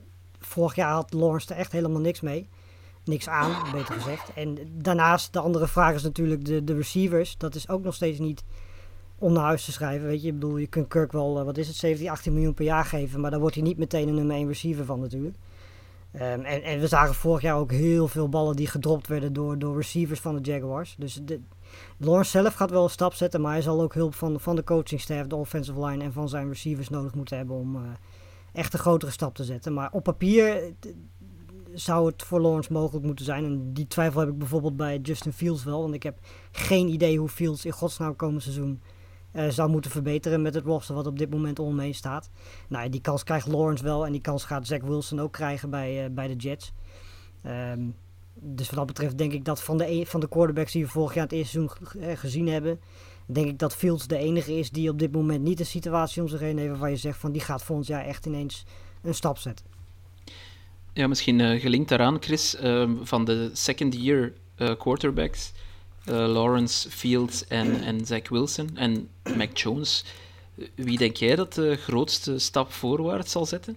vorig jaar had Lawrence er echt helemaal niks mee. Niks aan, beter gezegd. En daarnaast, de andere vraag is natuurlijk de, de receivers. Dat is ook nog steeds niet om naar huis te schrijven. Weet je, ik bedoel, je kunt Kirk wel, uh, wat is het, zeventien, achttien miljoen per jaar geven. Maar daar wordt hij niet meteen een nummer één receiver van natuurlijk. Um, en, en we zagen vorig jaar ook heel veel ballen die gedropt werden door, door receivers van de Jaguars. Dus de, Lawrence zelf gaat wel een stap zetten, maar hij zal ook hulp van, van de coachingstaff, de offensive line en van zijn receivers nodig moeten hebben om uh, echt een grotere stap te zetten. Maar op papier d- zou het voor Lawrence mogelijk moeten zijn. En die twijfel heb ik bijvoorbeeld bij Justin Fields wel, want ik heb geen idee hoe Fields in godsnaam komend seizoen Uh, zou moeten verbeteren met het roster wat op dit moment om hem heen staat. Nou, die kans krijgt Lawrence wel en die kans gaat Zach Wilson ook krijgen bij, uh, bij de Jets. Um, dus wat dat betreft denk ik dat van de, e- van de quarterbacks die we vorig jaar het eerste seizoen g- uh, gezien hebben, denk ik dat Fields de enige is die op dit moment niet een situatie om zich heen heeft waarvan je zegt van die gaat volgend jaar echt ineens een stap zetten. Ja, misschien uh, gelinkt daaraan, Chris, uh, van de second year uh, quarterbacks. Uh, Lawrence, Fields en, en Zach Wilson en Mac Jones. Wie denk jij dat de grootste stap voorwaarts zal zetten?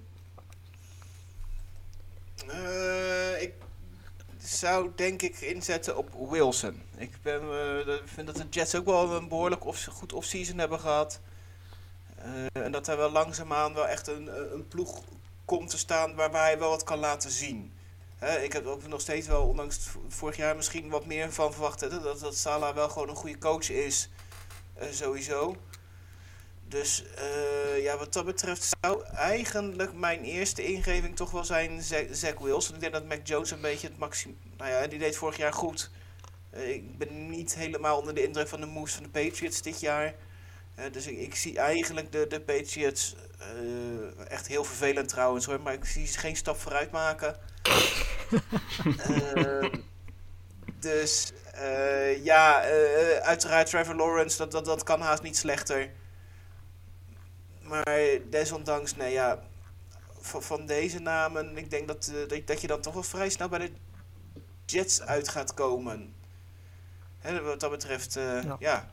Uh, ik zou denk ik inzetten op Wilson. Ik ben, uh, vind dat de Jets ook wel een behoorlijk off- goed off-season hebben gehad. Uh, en dat hij wel langzaamaan wel echt een, een ploeg komt te staan waarbij hij wel wat kan laten zien. He, ik heb ook nog steeds wel, ondanks het vorig jaar misschien wat meer van verwacht, hè, dat, dat Saleh wel gewoon een goede coach is, uh, sowieso. Dus uh, ja, wat dat betreft zou eigenlijk mijn eerste ingeving toch wel zijn Z- Zach Wilson. Ik denk dat Mac Jones een beetje het maximum, nou ja, die deed vorig jaar goed. Uh, ik ben niet helemaal onder de indruk van de moves van de Patriots dit jaar. Uh, dus ik, ik zie eigenlijk de, de Patriots, uh, echt heel vervelend trouwens hoor, maar ik zie ze geen stap vooruit maken. uh, dus uh, ja, uh, uiteraard Trevor Lawrence, dat, dat, dat kan haast niet slechter. Maar desondanks, nee ja, van, van deze namen, ik denk dat, uh, dat, dat je dan toch wel vrij snel bij de Jets uit gaat komen. Hè, wat dat betreft, uh, ja. ja.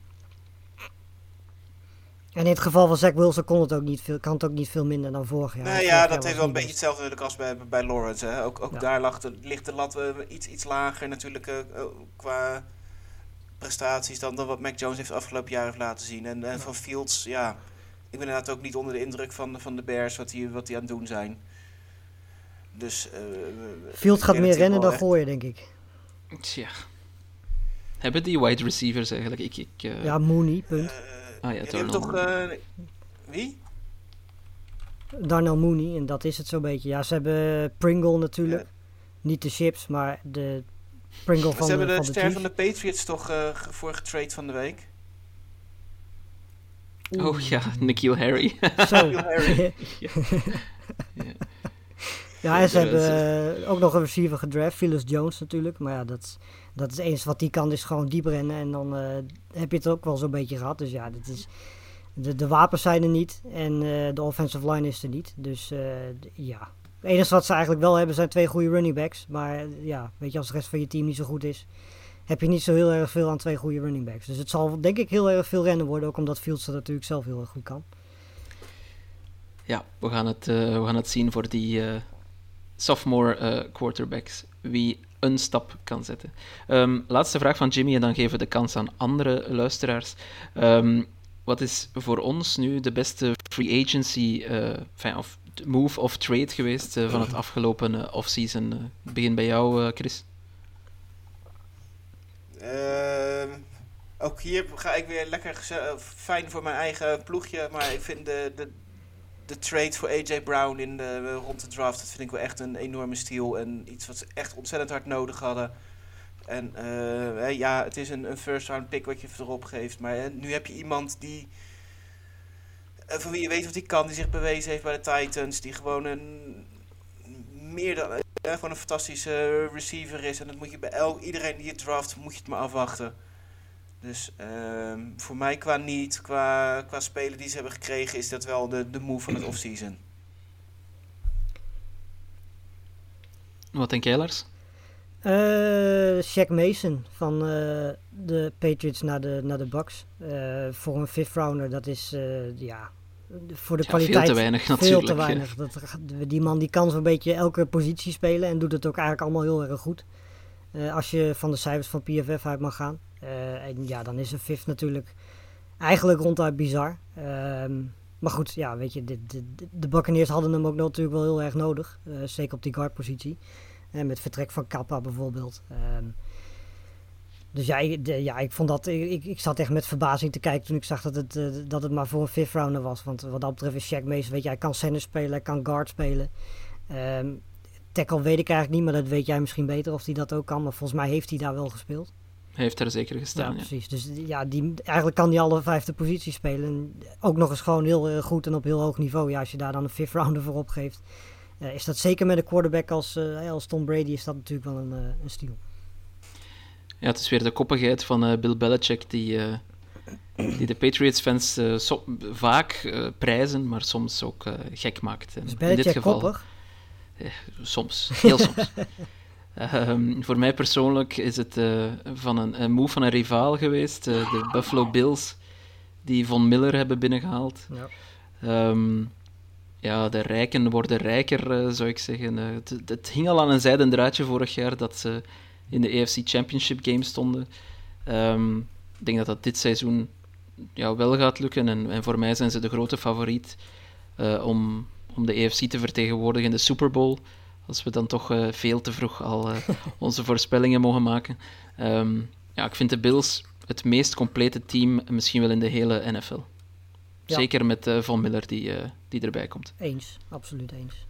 En in het geval van Zach Wilson kon het ook niet veel, kan het ook niet veel minder dan vorig jaar. Nou ja, dat heeft wel een beetje hetzelfde natuurlijk als bij, bij Lawrence. Hè. Ook, ook ja. daar lag de, ligt de lat uh, iets, iets lager natuurlijk uh, qua prestaties dan, dan wat Mac Jones heeft de afgelopen jaren heeft laten zien. En, en ja. van Fields, ja, ik ben inderdaad ook niet onder de indruk van, van de Bears wat die, wat die aan het doen zijn. Dus uh, Fields gaat meer rennen dan echt gooien, denk ik. Tja. Hebben die wide receivers eigenlijk? Ik, ik, uh... Ja, Mooney, punt. Uh, Ah, ja, ja, die toch, uh, wie? Darnell Mooney, en dat is het zo'n beetje. Ja, ze hebben Pringle natuurlijk. Ja. Niet de chips, maar de Pringle maar van de Ze hebben de, de ster van de Patriots toch uh, voor getrade van de week? Oeh. Oh ja, N'Keal Harry. Zo. N'Keal Harry. ja. ja. Ja, en ze hebben uh, ook nog een receiver gedraft, Phyllis Jones natuurlijk. Maar ja, dat, dat is eens wat die kan, is gewoon diep rennen. En dan uh, heb je het ook wel zo'n beetje gehad. Dus ja, dit is, de, de wapens zijn er niet en uh, de offensive line is er niet. Dus uh, d- ja, het enige wat ze eigenlijk wel hebben zijn twee goede running backs. Maar uh, ja, weet je, als de rest van je team niet zo goed is, heb je niet zo heel erg veel aan twee goede running backs. Dus het zal denk ik heel erg veel rennen worden, ook omdat Fields dat natuurlijk zelf heel erg goed kan. Ja, we gaan het, uh, we gaan het zien voor die uh, sophomore uh, quarterbacks. Wie een stap kan zetten. Um, laatste vraag van Jimmy en dan geven we de kans aan andere luisteraars. Um, wat is voor ons nu de beste free agency uh, enfin, of move of trade geweest uh, van het afgelopen uh, offseason? Uh, ik begin bij jou, uh, Chris. Uh, ook hier ga ik weer lekker geze- fijn voor mijn eigen ploegje, maar ik vind de, de, de trade voor A J Brown in de, rond de draft, dat vind ik wel echt een enorme steal en iets wat ze echt ontzettend hard nodig hadden. En uh, ja, het is een, een first round pick wat je erop geeft, maar hè, nu heb je iemand die, uh, van wie je weet wat hij kan, die zich bewezen heeft bij de Titans, die gewoon een meer dan uh, gewoon een fantastische uh, receiver is en dat moet je bij elk, iedereen die je draft, moet je het maar afwachten. Dus uh, voor mij qua niet, qua, qua spelen die ze hebben gekregen, is dat wel de, de move van het offseason. Wat denk jij, Lars? Uh, Shaq Mason van uh, de Patriots naar de, naar de Bucks. Uh, voor een fifth rounder, dat is uh, ja, voor de ja, kwaliteit... veel te weinig veel natuurlijk. Veel te weinig. Dat, die man die kan zo'n beetje elke positie spelen en doet het ook eigenlijk allemaal heel erg goed. Uh, als je van de cijfers van P F F uit mag gaan. Uh, en ja, dan is een fifth natuurlijk eigenlijk ronduit bizar. Uh, maar goed, ja, weet je, de, de, de Buccaneers hadden hem ook natuurlijk wel heel erg nodig. Uh, zeker op die guardpositie. Uh, met vertrek van Kappa bijvoorbeeld. Uh, dus ja ik, de, ja, ik vond dat... Ik, ik zat echt met verbazing te kijken toen ik zag dat het, uh, dat het maar voor een fifth rounder was. Want wat dat betreft is Shaq Mason, weet je, hij kan center spelen, hij kan guard spelen. Um, tackle weet ik eigenlijk niet, maar dat weet jij misschien beter of hij dat ook kan. Maar volgens mij heeft hij daar wel gespeeld. Hij heeft daar zeker gestaan, ja. ja. Precies. Dus ja, die, eigenlijk kan hij alle vijfde posities spelen. En ook nog eens gewoon heel uh, goed en op heel hoog niveau. Ja, als je daar dan een fifth rounder voor opgeeft. Uh, is dat zeker met een quarterback als, uh, als Tom Brady is dat natuurlijk wel een, uh, een stiel. Ja, het is weer de koppigheid van uh, Bill Belichick die, uh, die de Patriots-fans uh, so- vaak uh, prijzen, maar soms ook uh, gek maakt. En is Belichick in dit geval, koppig? Uh, soms, heel soms. Um, voor mij persoonlijk is het uh, van een, een move van een rivaal geweest, uh, de Buffalo Bills, die Von Miller hebben binnengehaald. Ja, um, ja de rijken worden rijker, uh, zou ik zeggen. Uh, het, het hing al aan een zijden draadje vorig jaar dat ze in de A F C Championship game stonden. Um, ik denk dat dat dit seizoen ja, wel gaat lukken en, en voor mij zijn ze de grote favoriet uh, om, om de A F C te vertegenwoordigen in de Super Bowl. Als we dan toch uh, veel te vroeg al uh, onze voorspellingen mogen maken. Um, ja, ik vind de Bills het meest complete team misschien wel in de hele N F L. Ja. Zeker met uh, Von Miller die, uh, die erbij komt. Eens, absoluut eens.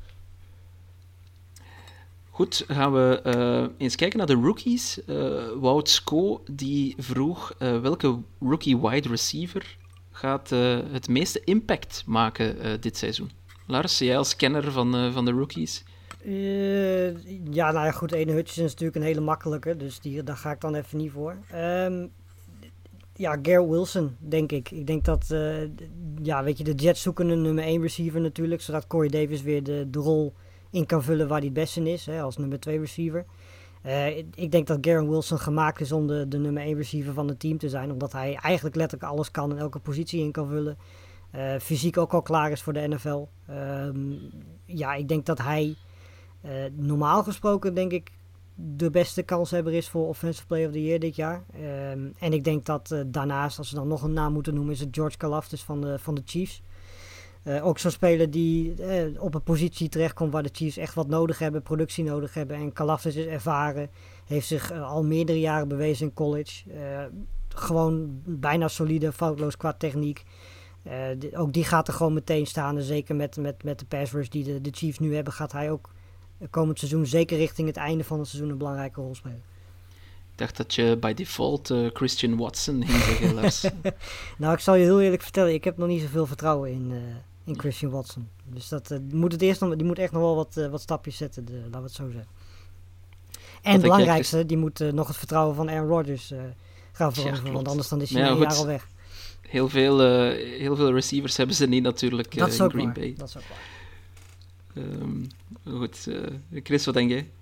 Goed, gaan we uh, eens kijken naar de rookies. Uh, Wout Sko die vroeg uh, welke rookie wide receiver gaat uh, het meeste impact maken uh, dit seizoen. Lars, jij als kenner van, uh, van de rookies... Uh, ja, nou ja, goed. Ene Hutchinson is natuurlijk een hele makkelijke, dus die, daar ga ik dan even niet voor. Um, ja, Garrett Wilson, denk ik. Ik denk dat, uh, ja, weet je, de Jets zoeken een nummer één receiver natuurlijk, zodat Corey Davis weer de, de rol in kan vullen waar hij het beste in is, hè, als nummer twee receiver. Uh, ik denk dat Garrett Wilson gemaakt is om de, de nummer één receiver van het team te zijn, omdat hij eigenlijk letterlijk alles kan en elke positie in kan vullen. Uh, fysiek ook al klaar is voor de N F L. Um, ja, ik denk dat hij... Uh, normaal gesproken denk ik de beste kanshebber is voor Offensive Player of the Year dit jaar. Um, en ik denk dat uh, daarnaast, als we dan nog een naam moeten noemen, is het George Karlaftis van de, van de Chiefs. Uh, ook zo'n speler die uh, op een positie terechtkomt waar de Chiefs echt wat nodig hebben, productie nodig hebben. En Karlaftis is ervaren, heeft zich uh, al meerdere jaren bewezen in college. Uh, gewoon bijna solide, foutloos qua techniek. Uh, de, ook die gaat er gewoon meteen staan. En zeker met, met, met de pass rush die de, de Chiefs nu hebben, gaat hij ook komend seizoen, zeker richting het einde van het seizoen, een belangrijke rol spelen. Ik dacht dat je by default uh, Christian Watson ging zeggen, Lars. Nou, ik zal je heel eerlijk vertellen, ik heb nog niet zoveel vertrouwen in, uh, in Christian Watson. Dus dat uh, moet het eerst nog, die moet echt nog wel wat, uh, wat stapjes zetten, de, laten we het zo zeggen. En het belangrijkste, dus... die moet uh, nog het vertrouwen van Aaron Rodgers uh, gaan veroveren, ja, want anders dan is hij ja, een jaar al weg. Heel veel, uh, heel veel receivers hebben ze niet natuurlijk uh, in Green waar. Bay. Dat is ook waar. Um, goed, uh, Chris, wat denk jij?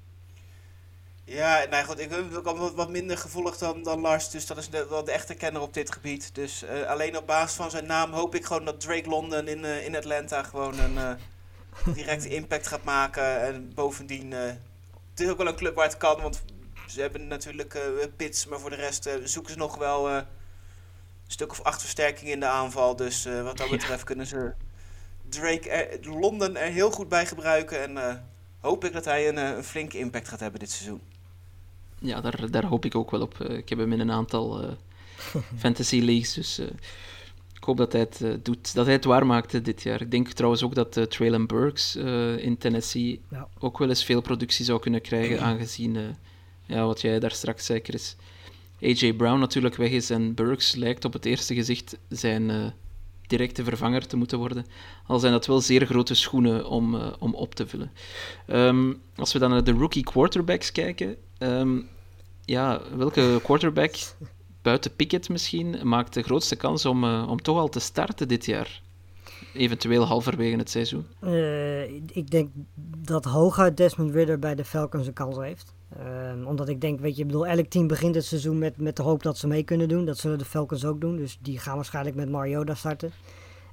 Ja, nou goed, ik heb ook wat, wat minder gevolgd dan, dan Lars, dus dat is de, wel de echte kenner op dit gebied. Dus uh, alleen op basis van zijn naam hoop ik gewoon dat Drake London in, uh, in Atlanta gewoon een uh, directe impact gaat maken. En bovendien, uh, het is ook wel een club waar het kan, want ze hebben natuurlijk uh, Pitts, maar voor de rest uh, zoeken ze nog wel uh, een stuk of acht versterkingen in de aanval. Dus uh, wat dat betreft ja. kunnen ze Drake er, London er heel goed bij gebruiken en uh, hoop ik dat hij een, een flinke impact gaat hebben dit seizoen. Ja, daar, daar hoop ik ook wel op. Uh, ik heb hem in een aantal uh, fantasy leagues, dus uh, ik hoop dat hij het uh, doet, dat hij het waarmaakte dit jaar. Ik denk trouwens ook dat uh, Traylon Burks uh, in Tennessee ja. ook wel eens veel productie zou kunnen krijgen, aangezien uh, ja, wat jij daar straks zei, Chris. A J Brown natuurlijk weg is en Burks lijkt op het eerste gezicht zijn uh, directe vervanger te moeten worden. Al zijn dat wel zeer grote schoenen om, uh, om op te vullen. Um, als we dan naar de rookie quarterbacks kijken, um, ja, welke quarterback, buiten Pickett misschien, maakt de grootste kans om, uh, om toch al te starten dit jaar? Eventueel halverwege het seizoen. Uh, ik denk dat hooguit Desmond Ridder bij de Falcons een kans heeft. Uh, omdat ik denk, weet je, ik bedoel, elk team begint het seizoen met, met de hoop dat ze mee kunnen doen. Dat zullen de Falcons ook doen. Dus die gaan waarschijnlijk met Mariota starten.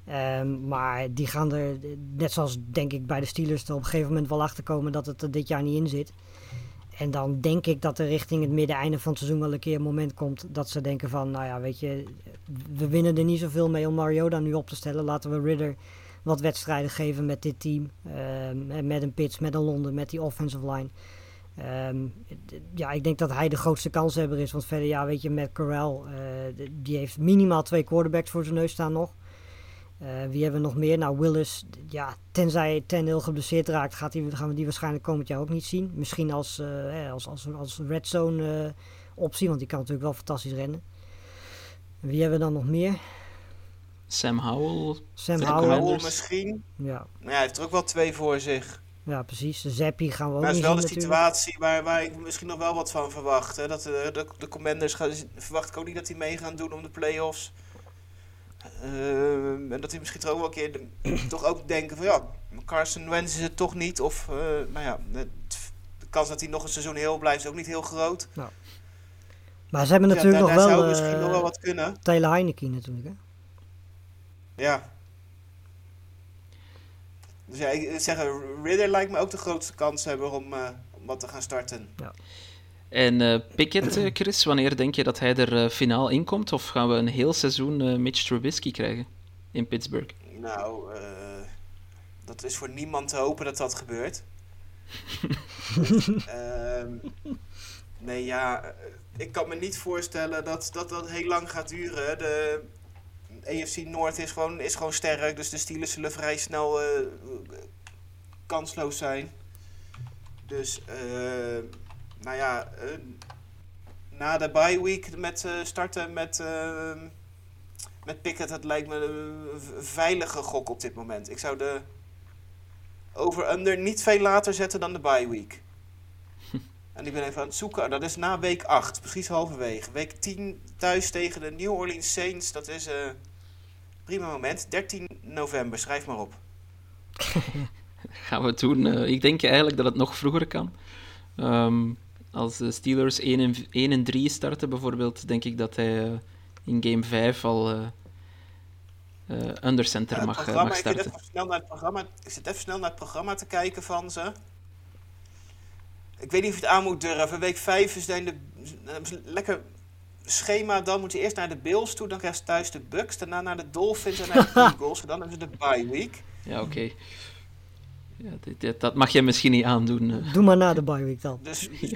Um, maar die gaan er, net zoals denk ik bij de Steelers, er op een gegeven moment wel achter komen dat het er dit jaar niet in zit. En dan denk ik dat er richting het midden einde van het seizoen wel een keer een moment komt dat ze denken van, nou ja, weet je, we winnen er niet zoveel mee om Mariota nu op te stellen. Laten we Ridder wat wedstrijden geven met dit team. Um, met een Pitts, met een Londen, met die offensive line. Um, ja, ik denk dat hij de grootste kanshebber is. Want verder, ja, weet je, Matt Corral, uh, die heeft minimaal twee quarterbacks voor zijn neus staan nog. Uh, wie hebben we nog meer? Nou, Willis, ja, tenzij Tannehill geblesseerd raakt, gaat die, gaan we die waarschijnlijk komend jaar ook niet zien. Misschien als, uh, als, als, als red zone uh, optie, want die kan natuurlijk wel fantastisch rennen. Wie hebben we dan nog meer? Sam Howell. Sam Howell, Howell misschien. Ja. Nou ja, hij heeft er ook wel twee voor zich. Ja, precies. De Zappi gaan we ook maar niet zien. Maar zien dat is wel de situatie waar, waar ik misschien nog wel wat van verwacht. Hè? Dat de, de, de Commanders gaan, verwacht ik ook niet dat die mee gaan doen om de play-offs. Uh, en dat die misschien toch ook wel een keer de, toch ook denken van ja, Carson Wentz is het toch niet. Of uh, nou ja, de, de kans dat hij nog een seizoen heel blijft is ook niet heel groot. Nou. Maar ze hebben ja, natuurlijk daar, nog daar wel... zou misschien uh, nog wel wat kunnen. Taylor Heineke natuurlijk, hè? Ja. Dus ja, ik zeg, Ridder lijkt me ook de grootste kans hebben om, uh, om wat te gaan starten. Ja. En uh, Pickett, uh, Chris, wanneer denk je dat hij er uh, finaal in komt? Of gaan we een heel seizoen uh, Mitch Trubisky krijgen in Pittsburgh? Nou, uh, dat is voor niemand te hopen dat dat gebeurt. uh, nee, ja, ik kan me niet voorstellen dat dat, dat heel lang gaat duren. De A F C North is gewoon, is gewoon sterk, dus de Steelers zullen vrij snel uh, kansloos zijn. Dus, uh, nou ja, uh, na de bye week met uh, starten met, uh, met Pickett, dat lijkt me een veilige gok op dit moment. Ik zou de over-under niet veel later zetten dan de bye week. En ik ben even aan het zoeken. Dat is na week acht, precies halverwege. Week tien thuis tegen de New Orleans Saints. Dat is een uh, prima moment. dertien november, schrijf maar op. Gaan we het doen. Uh, ik denk eigenlijk dat het nog vroeger kan. Um, als de Steelers één en drie starten bijvoorbeeld, denk ik dat hij uh, in game vijf al uh, uh, under center ja, mag, uh, mag starten. Ik, even snel naar het programma, ik zit even snel naar het programma te kijken van ze. Ik weet niet of je het aan moet durven. Week vijf is dan de, de lekker schema. Dan moet je eerst naar de Bills toe. Dan krijg je thuis de Bucks. Daarna naar de Dolphins en naar de Eagles. En dan hebben ze de bye week. Ja, oké. Okay. Ja, dit, dit, dat mag je misschien niet aandoen. Uh. Doe maar na de bye week dan. Dus ja.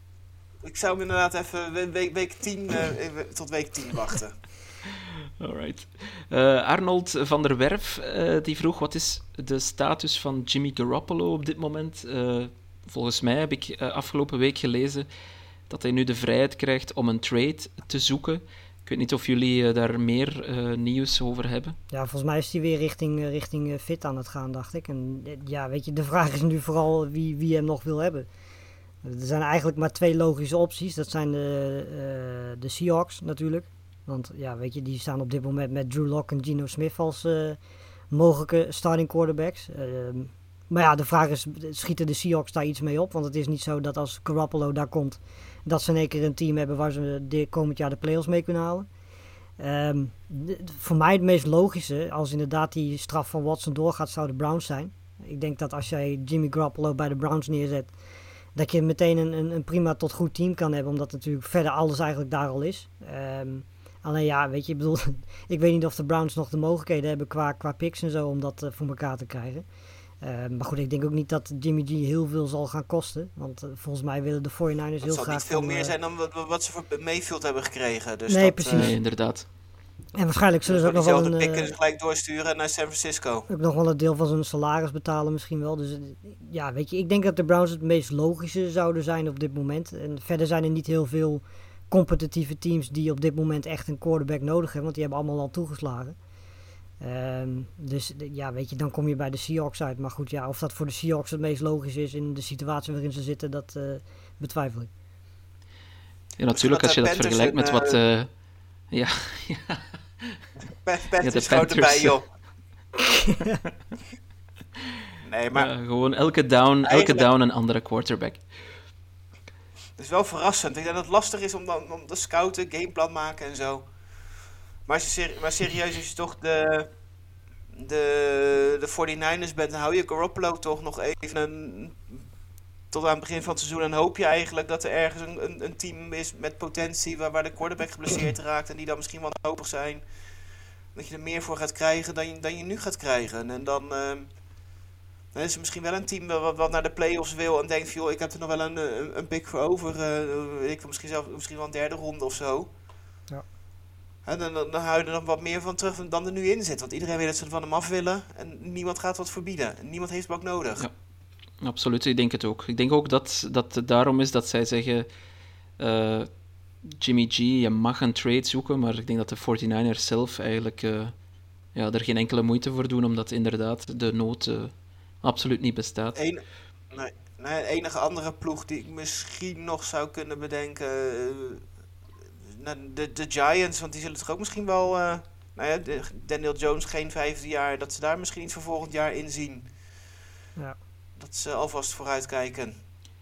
Ik zou hem inderdaad even week, week tien uh, tot week tien wachten. Alright. Uh, Arnold van der Werf uh, die vroeg wat is de status van Jimmy Garoppolo op dit moment. Uh, volgens mij heb ik uh, afgelopen week gelezen dat hij nu de vrijheid krijgt om een trade te zoeken. Ik weet niet of jullie uh, daar meer uh, nieuws over hebben. Ja, volgens mij is hij weer richting, uh, richting uh, fit aan het gaan, dacht ik. En uh, ja, weet je, de vraag is nu vooral wie, wie hem nog wil hebben. Er zijn eigenlijk maar twee logische opties. Dat zijn de, uh, de Seahawks natuurlijk. Want ja, weet je, die staan op dit moment met Drew Lock en Geno Smith als uh, mogelijke starting quarterbacks. Uh, maar ja, de vraag is, schieten de Seahawks daar iets mee op? Want het is niet zo dat als Garoppolo daar komt, dat ze in één keer een team hebben waar ze de komend jaar de playoffs mee kunnen halen. Um, de, voor mij het meest logische, als inderdaad die straf van Watson doorgaat, zou de Browns zijn. Ik denk dat als jij Jimmy Garoppolo bij de Browns neerzet, dat je meteen een, een, een prima tot goed team kan hebben, omdat natuurlijk verder alles eigenlijk daar al is. Um, alleen ja, weet je, ik bedoel, ik weet niet of de Browns nog de mogelijkheden hebben qua, qua picks en zo om dat uh, voor elkaar te krijgen. Uh, maar goed, ik denk ook niet dat Jimmy G heel veel zal gaan kosten. Want uh, volgens mij willen de forty-niners heel graag... Het zal niet veel van, meer uh, zijn dan wat, wat ze voor Mayfield hebben gekregen. Dus nee, dat, precies. Uh, nee, inderdaad. En waarschijnlijk zullen ze ook nog wel een... pick Uh, dus gelijk doorsturen naar San Francisco. Ook nog wel een deel van zijn salaris betalen misschien wel. Dus uh, ja, weet je, ik denk dat de Browns het meest logische zouden zijn op dit moment. En verder zijn er niet heel veel competitieve teams die op dit moment echt een quarterback nodig hebben. Want die hebben allemaal al toegeslagen. Um, dus ja, weet je, dan kom je bij de Seahawks uit. Maar goed, ja, of dat voor de Seahawks het meest logisch is in de situatie waarin ze zitten, dat uh, betwijfel ik. Ja, natuurlijk, als je dat vergelijkt met wat... Uh, ja, ja. Panthers is gewoon erbij, joh. Nee, maar... Uh, gewoon elke down, elke down een andere quarterback. Het is wel verrassend. Ik denk dat het lastig is om dan om te scouten, gameplan maken en zo. Maar, als je seri- maar serieus, als je toch de, de, de forty-niners bent, dan hou je Garoppolo toch nog even een, tot aan het begin van het seizoen. En hoop je eigenlijk dat er ergens een, een, een team is met potentie waar, waar de quarterback geblesseerd raakt en die dan misschien wel wanhopig zijn. Dat je er meer voor gaat krijgen dan je, dan je nu gaat krijgen. En dan, uh, dan is er misschien wel een team wat, wat naar de playoffs wil en denkt van, joh, ik heb er nog wel een, een, een pick voor over. Uh, ik misschien, zelf, misschien wel een derde ronde of zo. Ja. En dan, dan, dan hou je er nog wat meer van terug dan er nu in zit. Want iedereen weet dat ze er van hem af willen. En niemand gaat wat verbieden. En niemand heeft hem ook nodig. Ja, absoluut. Ik denk het ook. Ik denk ook dat, dat het daarom is dat zij zeggen... Uh, Jimmy G, je mag een trade zoeken, maar ik denk dat de forty-niners zelf eigenlijk uh, ja, er geen enkele moeite voor doen, omdat inderdaad de nood uh, absoluut niet bestaat. Eén, nee, nee, de enige andere ploeg die ik misschien nog zou kunnen bedenken... Uh, de, de Giants, want die zullen toch ook misschien wel... Uh, nou ja, de, Daniel Jones geen vijfde jaar, dat ze daar misschien iets voor volgend jaar in zien. Ja. Dat ze alvast vooruit kijken.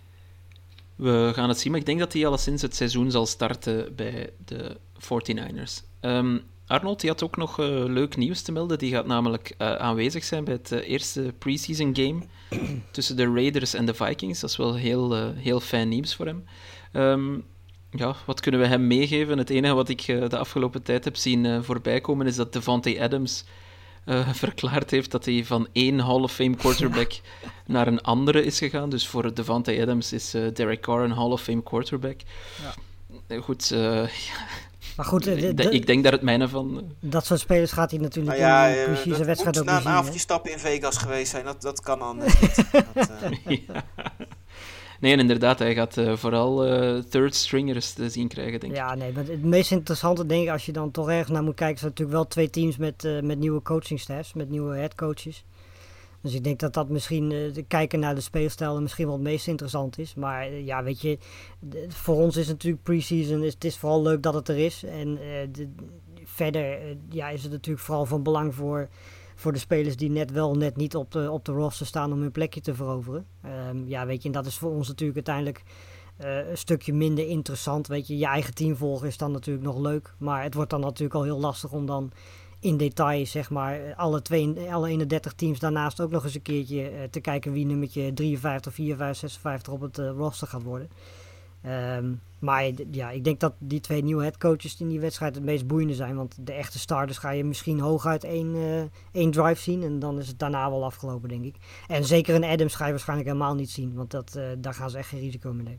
We gaan het zien, maar ik denk dat hij alleszins het seizoen zal starten bij de forty-niners. Um, Arnold, die had ook nog uh, leuk nieuws te melden. Die gaat namelijk uh, aanwezig zijn bij het uh, eerste preseason game tussen de Raiders en de Vikings. Dat is wel heel, uh, heel fijn nieuws voor hem. Um, ja, wat kunnen we hem meegeven? Het enige wat ik uh, de afgelopen tijd heb zien uh, voorbij komen is dat Davante Adams uh, verklaard heeft dat hij van één Hall of Fame quarterback naar een andere is gegaan. Dus voor Davante Adams is uh, Derek Carr een Hall of Fame quarterback. Ja. Goed, uh, maar goed de, de, ik, ik denk daar het mijne van... Uh, dat soort spelers gaat hij natuurlijk nou ja, in een precieze wedstrijd ook niet zien. Dat moet na een avondje stappen in Vegas geweest zijn. Dat, dat kan dan niet. dat, uh... ja. Nee, en inderdaad, hij gaat uh, vooral uh, third stringers te zien krijgen, denk ik. Ja, nee, maar het meest interessante, denk ik, als je dan toch ergens naar moet kijken, zijn natuurlijk wel twee teams met, uh, met nieuwe coachingstaffs, met nieuwe headcoaches. Dus ik denk dat dat misschien, uh, de kijken naar de speelstijl misschien wel het meest interessant is. Maar uh, ja, weet je, de, voor ons is het natuurlijk pre-season, is, het is vooral leuk dat het er is. En uh, de, verder uh, ja, is het natuurlijk vooral van belang voor... voor de spelers die net wel net niet op de, op de roster staan om hun plekje te veroveren. Um, ja, weet je, en dat is voor ons natuurlijk uiteindelijk uh, een stukje minder interessant. Weet je, je eigen team volgen is dan natuurlijk nog leuk. Maar het wordt dan natuurlijk al heel lastig om dan in detail, zeg maar, alle, twee, alle eenendertig teams daarnaast ook nog eens een keertje uh, te kijken wie nummertje drieënvijftig, vierenvijftig, zesenvijftig op het uh, roster gaat worden. Um, maar ja, ik denk dat die twee nieuwe headcoaches in die wedstrijd het meest boeiende zijn. Want de echte starters ga je misschien hooguit één, uh, één drive zien. En dan is het daarna wel afgelopen, denk ik. En zeker een Adams ga je waarschijnlijk helemaal niet zien. Want dat, uh, daar gaan ze echt geen risico mee nemen.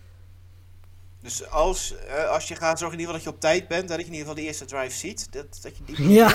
Dus als, uh, als je gaat zorgen in ieder geval dat je op tijd bent. Dat je in ieder geval de eerste drive ziet. Dat, dat je die ja.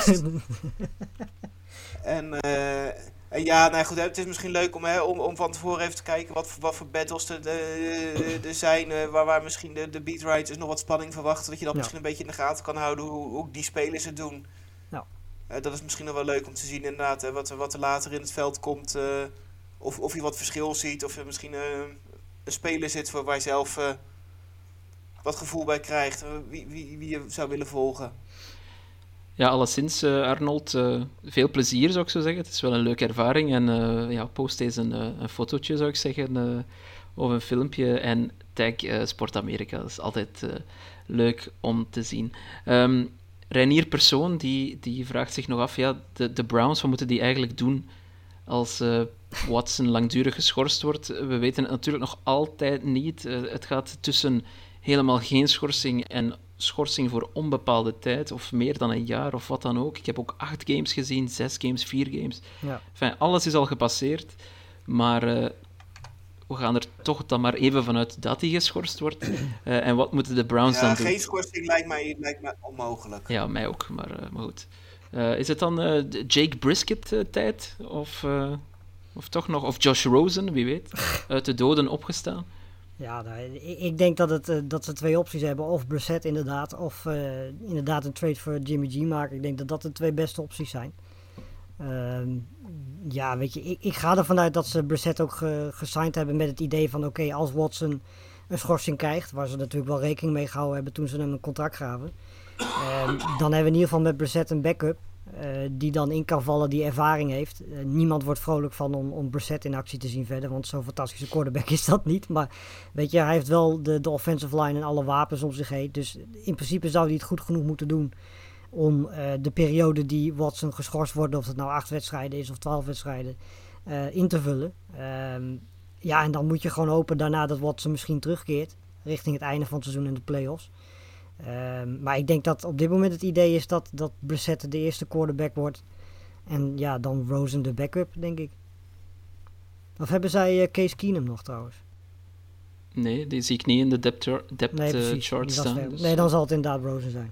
en... Uh, En ja, nou goed, het is misschien leuk om, hè, om, om van tevoren even te kijken wat, wat voor battles er, er, er zijn, uh, waar, waar misschien de, de beatwriters nog wat spanning verwachten, dat je dat ja. misschien een beetje in de gaten kan houden, hoe, hoe die spelers het doen. Ja. Uh, dat is misschien nog wel leuk om te zien inderdaad, hè, wat, wat er later in het veld komt, uh, of, of je wat verschil ziet, of er misschien uh, een speler zit waar, waar je zelf uh, wat gevoel bij krijgt, uh, wie, wie, wie je zou willen volgen. Ja, alleszins, uh, Arnold, uh, veel plezier zou ik zo zeggen. Het is wel een leuke ervaring. En uh, ja, post eens een, uh, een fotootje, zou ik zeggen, uh, of een filmpje. En tag uh, Sport Amerika. Dat is altijd uh, leuk om te zien. Um, Reinier Persoon, die, die vraagt zich nog af, ja, de, de Browns, wat moeten die eigenlijk doen als uh, Watson langdurig geschorst wordt? We weten het natuurlijk nog altijd niet. Uh, het gaat tussen helemaal geen schorsing en schorsing voor onbepaalde tijd, of meer dan een jaar, of wat dan ook. Ik heb ook acht games gezien, zes games, vier games. Ja. Enfin, alles is al gepasseerd, maar uh, we gaan er toch dan maar even vanuit dat hij geschorst wordt. Uh, en wat moeten de Browns ja, dan doen? Geen schorsing lijkt mij, lijkt mij onmogelijk. Ja, mij ook, maar, uh, maar goed. Uh, is het dan uh, Jake Brisket uh, tijd? Of, uh, of toch nog, of Josh Rosen, wie weet, uit de doden opgestaan? Ja, nou, ik denk dat, het, uh, dat ze twee opties hebben. Of Brissett inderdaad, of uh, inderdaad een trade voor Jimmy G maken. Ik denk dat dat de twee beste opties zijn. Uh, ja, weet je, ik, ik ga ervan uit dat ze Brissett ook ge, gesigned hebben met het idee van... oké, okay, als Watson een schorsing krijgt, waar ze natuurlijk wel rekening mee gehouden hebben toen ze hem een contract gaven... Uh, dan hebben we in ieder geval met Brissett een backup. Uh, die dan in kan vallen, die ervaring heeft. Uh, niemand wordt vrolijk van om, om Brissett in actie te zien verder, want zo'n fantastische quarterback is dat niet. Maar weet je, hij heeft wel de, de offensive line en alle wapens om zich heen. Dus in principe zou hij het goed genoeg moeten doen om uh, de periode die Watson geschorst wordt, of het nou acht wedstrijden is of twaalf wedstrijden, uh, in te vullen. Um, ja, en dan moet je gewoon hopen daarna dat Watson misschien terugkeert richting het einde van het seizoen in de play-offs. Um, maar ik denk dat op dit moment het idee is dat, dat Brissett de eerste quarterback wordt. En ja, dan Rosen de backup, denk ik. Of hebben zij uh, Case Keenum nog trouwens? Nee, die zie ik niet in de depth, depth nee, uh, chart staan. Dus nee, dan zal het inderdaad Rosen zijn.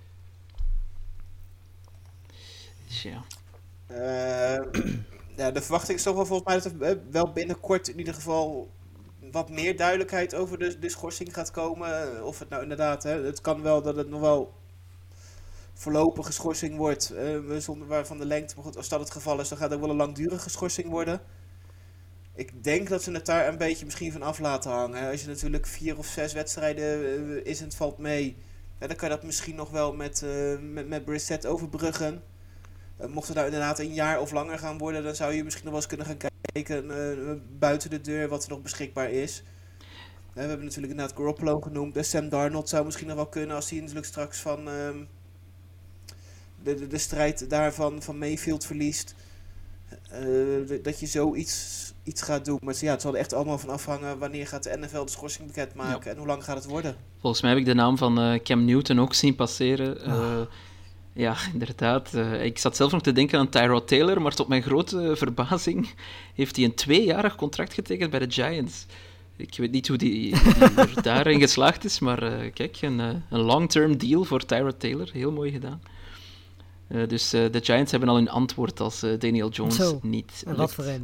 Ja. Uh, ja, de verwachting is toch wel volgens mij dat er wel binnenkort in ieder geval wat meer duidelijkheid over de, de schorsing gaat komen. Of het nou inderdaad, hè, het kan wel dat het nog wel voorlopige schorsing wordt, uh, zonder waarvan de lengte, maar goed, als dat het geval is, dan gaat het ook wel een langdurige schorsing worden. Ik denk dat ze het daar een beetje misschien van af laten hangen. Als je natuurlijk vier of zes wedstrijden uh, is en het valt mee, ja, dan kan je dat misschien nog wel met, uh, met, met Brissett overbruggen. Uh, mocht het nou inderdaad een jaar of langer gaan worden, dan zou je misschien nog wel eens kunnen gaan kijken uh, buiten de deur wat er nog beschikbaar is. Uh, we hebben natuurlijk inderdaad Garoppolo genoemd. Dus Sam Darnold zou misschien nog wel kunnen als hij natuurlijk straks van uh, de, de, de strijd daarvan van Mayfield verliest. Uh, dat je zoiets iets gaat doen. Maar ja, het zal er echt allemaal van afhangen wanneer gaat de N F L de schorsing bekendmaken ja. en hoe lang gaat het worden. Volgens mij heb ik de naam van uh, Cam Newton ook zien passeren. Uh, oh. Ja, inderdaad. Uh, ik zat zelf nog te denken aan Tyrod Taylor, maar tot mijn grote verbazing heeft hij een tweejarig contract getekend bij de Giants. Ik weet niet hoe die, die er daarin geslaagd is, maar uh, kijk, een, uh, een long-term deal voor Tyrod Taylor. Heel mooi gedaan. Uh, dus uh, de Giants hebben al hun antwoord als uh, Daniel Jones Zo, niet en wat voor een.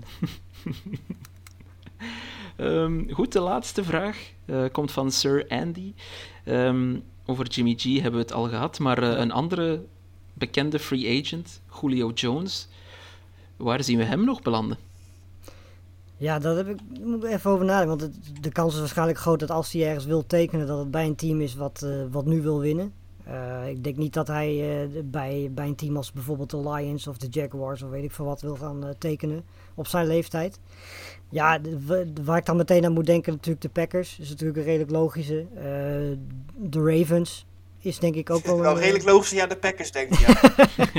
um, goed, de laatste vraag uh, komt van Sir Andy. Um, over Jimmy G hebben we het al gehad, maar uh, een andere bekende free agent, Julio Jones, waar zien we hem nog belanden? Ja, daar heb ik, moet ik even over nadenken, want het, de kans is waarschijnlijk groot dat als hij ergens wil tekenen, dat het bij een team is wat, uh, wat nu wil winnen. Uh, ik denk niet dat hij uh, bij, bij een team als bijvoorbeeld de Lions of de Jaguars of weet ik veel wat wil gaan uh, tekenen op zijn leeftijd. Ja, de, de, waar ik dan meteen aan moet denken natuurlijk de Packers. Dat is natuurlijk een redelijk logische. Uh, de Ravens is denk ik ook wel... Wel een redelijk logische, ja, de Packers denk ik, ja.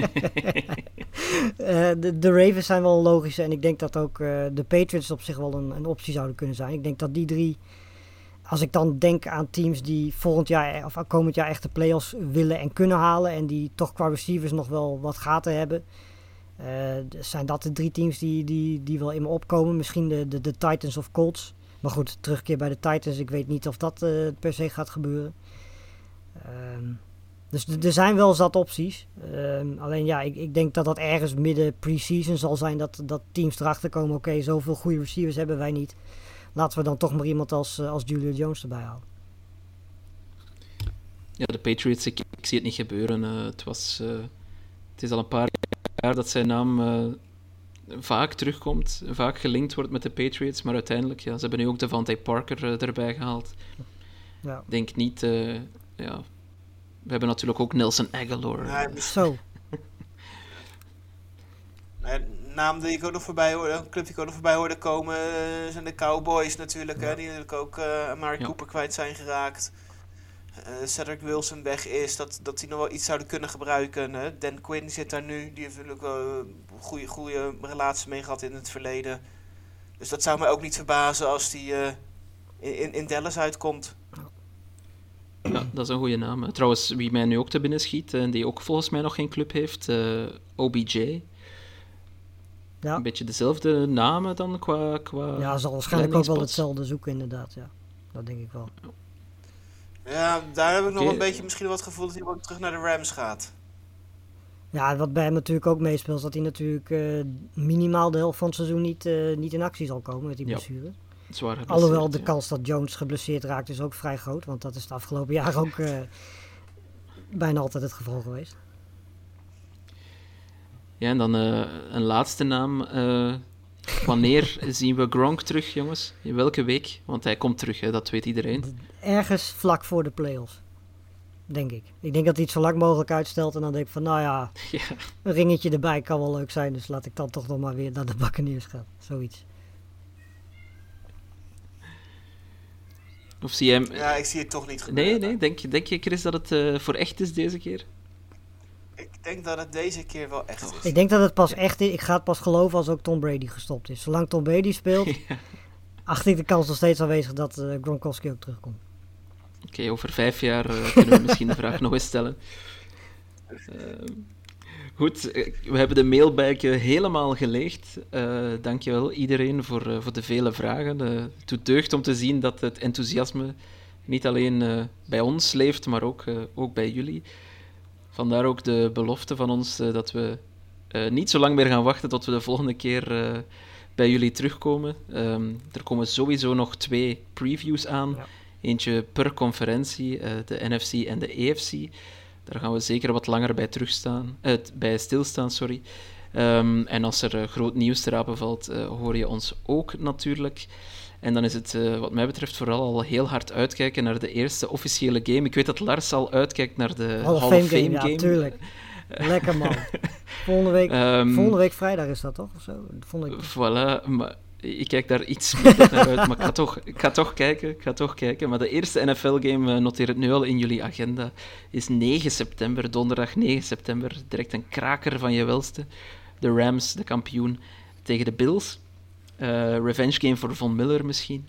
uh, de, de Ravens zijn wel een logische en ik denk dat ook uh, de Patriots op zich wel een, een optie zouden kunnen zijn. Ik denk dat die drie... Als ik dan denk aan teams die volgend jaar of komend jaar echt de play-offs willen en kunnen halen en die toch qua receivers nog wel wat gaten hebben, uh, zijn dat de drie teams die, die, die wel in me opkomen. Misschien de, de, de Titans of Colts. Maar goed, terugkeer bij de Titans. Ik weet niet of dat uh, per se gaat gebeuren. Um, dus d- er zijn wel zat opties. Um, alleen ja, ik, ik denk dat dat ergens midden pre-season zal zijn dat, dat teams erachter komen. Oké, okay, zoveel goede receivers hebben wij niet. Laten we dan toch maar iemand als, als Julio Jones erbij houden. Ja, de Patriots, ik, ik zie het niet gebeuren. Uh, het, was, uh, het is al een paar jaar dat zijn naam uh, vaak terugkomt, vaak gelinkt wordt met de Patriots, maar uiteindelijk, ja, ze hebben nu ook Devontae Parker uh, erbij gehaald. Ja. Ik denk niet, uh, ja... We hebben natuurlijk ook Nelson Aguilar. Ja, uh, Zo. Naam die ik ook nog voorbij hoorde, een club die ik ook nog voorbij hoorde komen, uh, zijn de Cowboys natuurlijk, ja. hè, die natuurlijk ook uh, Amari ja. Cooper kwijt zijn geraakt. Uh, Cedric Wilson weg is, dat, dat die nog wel iets zouden kunnen gebruiken. Hè. Dan Quinn zit daar nu, die heeft natuurlijk wel een goede, goede relatie mee gehad in het verleden. Dus dat zou mij ook niet verbazen als die uh, in, in Dallas uitkomt. Ja, dat is een goede naam. Trouwens, wie mij nu ook te binnen schiet en die ook volgens mij nog geen club heeft, uh, O B J. Ja. Een beetje dezelfde namen dan qua... qua ja, zal waarschijnlijk ook wel hetzelfde zoeken inderdaad, ja. Dat denk ik wel. Ja, daar heb ik nog okay. een beetje misschien wat gevoel dat hij ook terug naar de Rams gaat. Ja, wat bij hem natuurlijk ook meespeelt, is dat hij natuurlijk uh, minimaal de helft van het seizoen niet, uh, niet in actie zal komen met die blessure. Ja. Zwaar Alhoewel de ja. kans dat Jones geblesseerd raakt is ook vrij groot, want dat is het afgelopen jaar ook uh, bijna altijd het geval geweest. Ja, en dan uh, een laatste naam. Uh, wanneer zien we Gronk terug, jongens? In welke week? Want hij komt terug, hè, dat weet iedereen. Ergens vlak voor de play-offs, denk ik. Ik denk dat hij het zo lang mogelijk uitstelt en dan denk ik van, nou ja, ja, een ringetje erbij kan wel leuk zijn, dus laat ik dan toch nog maar weer naar de Buccaneers gaan. Zoiets. Of zie je hem... Ja, ik zie het toch niet gebeuren. Nee, nee. Denk, denk je, Chris, dat het uh, voor echt is deze keer? Ik denk dat het deze keer wel echt is. Ik denk dat het pas echt is. Ik ga het pas geloven als ook Tom Brady gestopt is. Zolang Tom Brady speelt, ja. acht ik de kans nog steeds aanwezig dat uh, Gronkowski ook terugkomt. Oké, okay, over vijf jaar uh, kunnen we misschien de vraag nog eens stellen. Uh, goed, we hebben de mailbag helemaal geleegd. Uh, dankjewel iedereen voor, uh, voor de vele vragen. Uh, het doet deugd om te zien dat het enthousiasme niet alleen uh, bij ons leeft, maar ook, uh, ook bij jullie. Vandaar ook de belofte van ons uh, dat we uh, niet zo lang meer gaan wachten tot we de volgende keer uh, bij jullie terugkomen. Um, er komen sowieso nog twee previews aan. Ja. Eentje per conferentie, uh, de N F C en de A F C. Daar gaan we zeker wat langer bij, terugstaan, uh, bij stilstaan. Sorry. Um, en als er uh, groot nieuws te rapen valt, uh, hoor je ons ook natuurlijk. En dan is het, uh, wat mij betreft, vooral al heel hard uitkijken naar de eerste officiële game. Ik weet dat Lars al uitkijkt naar de Hall of Fame, Hall of Fame game. Ja, tuurlijk. Lekker, man. Volgende week, um, volgende week vrijdag is dat, toch? Of zo? Vond ik... Voilà, maar ik kijk daar iets minder naar uit. Maar ik ga, toch, ik ga toch kijken, ik ga toch kijken. Maar de eerste N F L-game, noteer het nu al in jullie agenda, is negen september, donderdag negen september. Direct een kraker van je welste. De Rams, de kampioen, tegen de Bills. Uh, revenge game voor Von Miller misschien.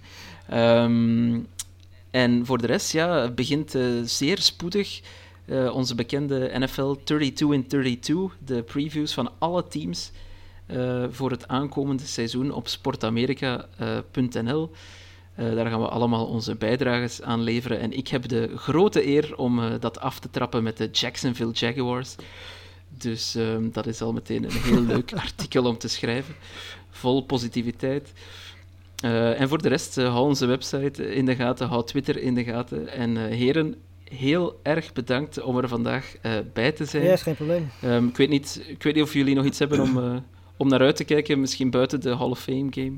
Um, en voor de rest, ja, het begint uh, zeer spoedig. Uh, onze bekende N F L thirty-two in thirty-two, de previews van alle teams uh, voor het aankomende seizoen op sportamerika punt n l. Uh, daar gaan we allemaal onze bijdrages aan leveren. En ik heb de grote eer om uh, dat af te trappen met de Jacksonville Jaguars. Dus uh, dat is al meteen een heel leuk artikel om te schrijven. Vol positiviteit. Uh, en voor de rest, uh, hou onze website in de gaten, hou Twitter in de gaten. En uh, heren, heel erg bedankt om er vandaag uh, bij te zijn. Ja, is geen probleem. Um, ik, weet niet, ik weet niet of jullie nog iets hebben om, uh, om naar uit te kijken, misschien buiten de Hall of Fame game.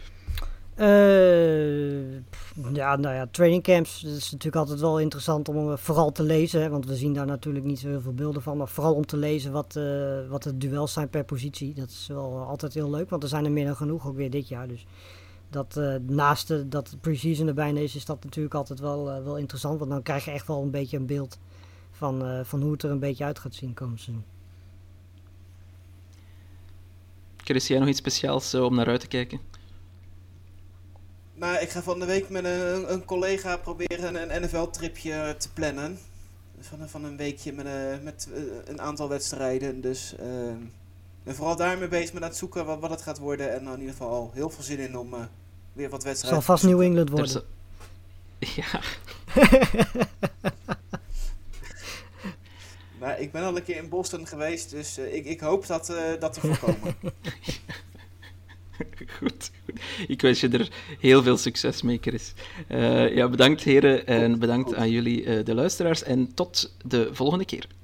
Uh, ja, nou ja, training camps, dat is natuurlijk altijd wel interessant om uh, vooral te lezen, hè, want we zien daar natuurlijk niet zo heel veel beelden van, maar vooral om te lezen wat, uh, wat de duels zijn per positie. Dat is wel uh, altijd heel leuk, want er zijn er meer dan genoeg, ook weer dit jaar. Dus dat uh, naast de, dat de pre-season er bijna is, is dat natuurlijk altijd wel, uh, wel interessant, want dan krijg je echt wel een beetje een beeld van, uh, van hoe het er een beetje uit gaat zien komend seizoen. Chris, jij nog iets speciaals uh, om naar uit te kijken? Nou, ik ga van de week met een, een collega proberen een N F L-tripje te plannen. Van, van een weekje met, uh, met uh, een aantal wedstrijden. Dus uh, en vooral daarmee bezig met aan het zoeken wat, wat het gaat worden. En uh, in ieder geval al heel veel zin in om uh, weer wat wedstrijden te zoeken. Zal vast New England worden. Zo... Ja. Nou, ik ben al een keer in Boston geweest, dus uh, ik, ik hoop dat, uh, dat te voorkomen. Goed, goed. Ik wens je er heel veel succes mee, Chris. Uh, ja, bedankt heren en bedankt aan jullie, uh, de luisteraars. En tot de volgende keer.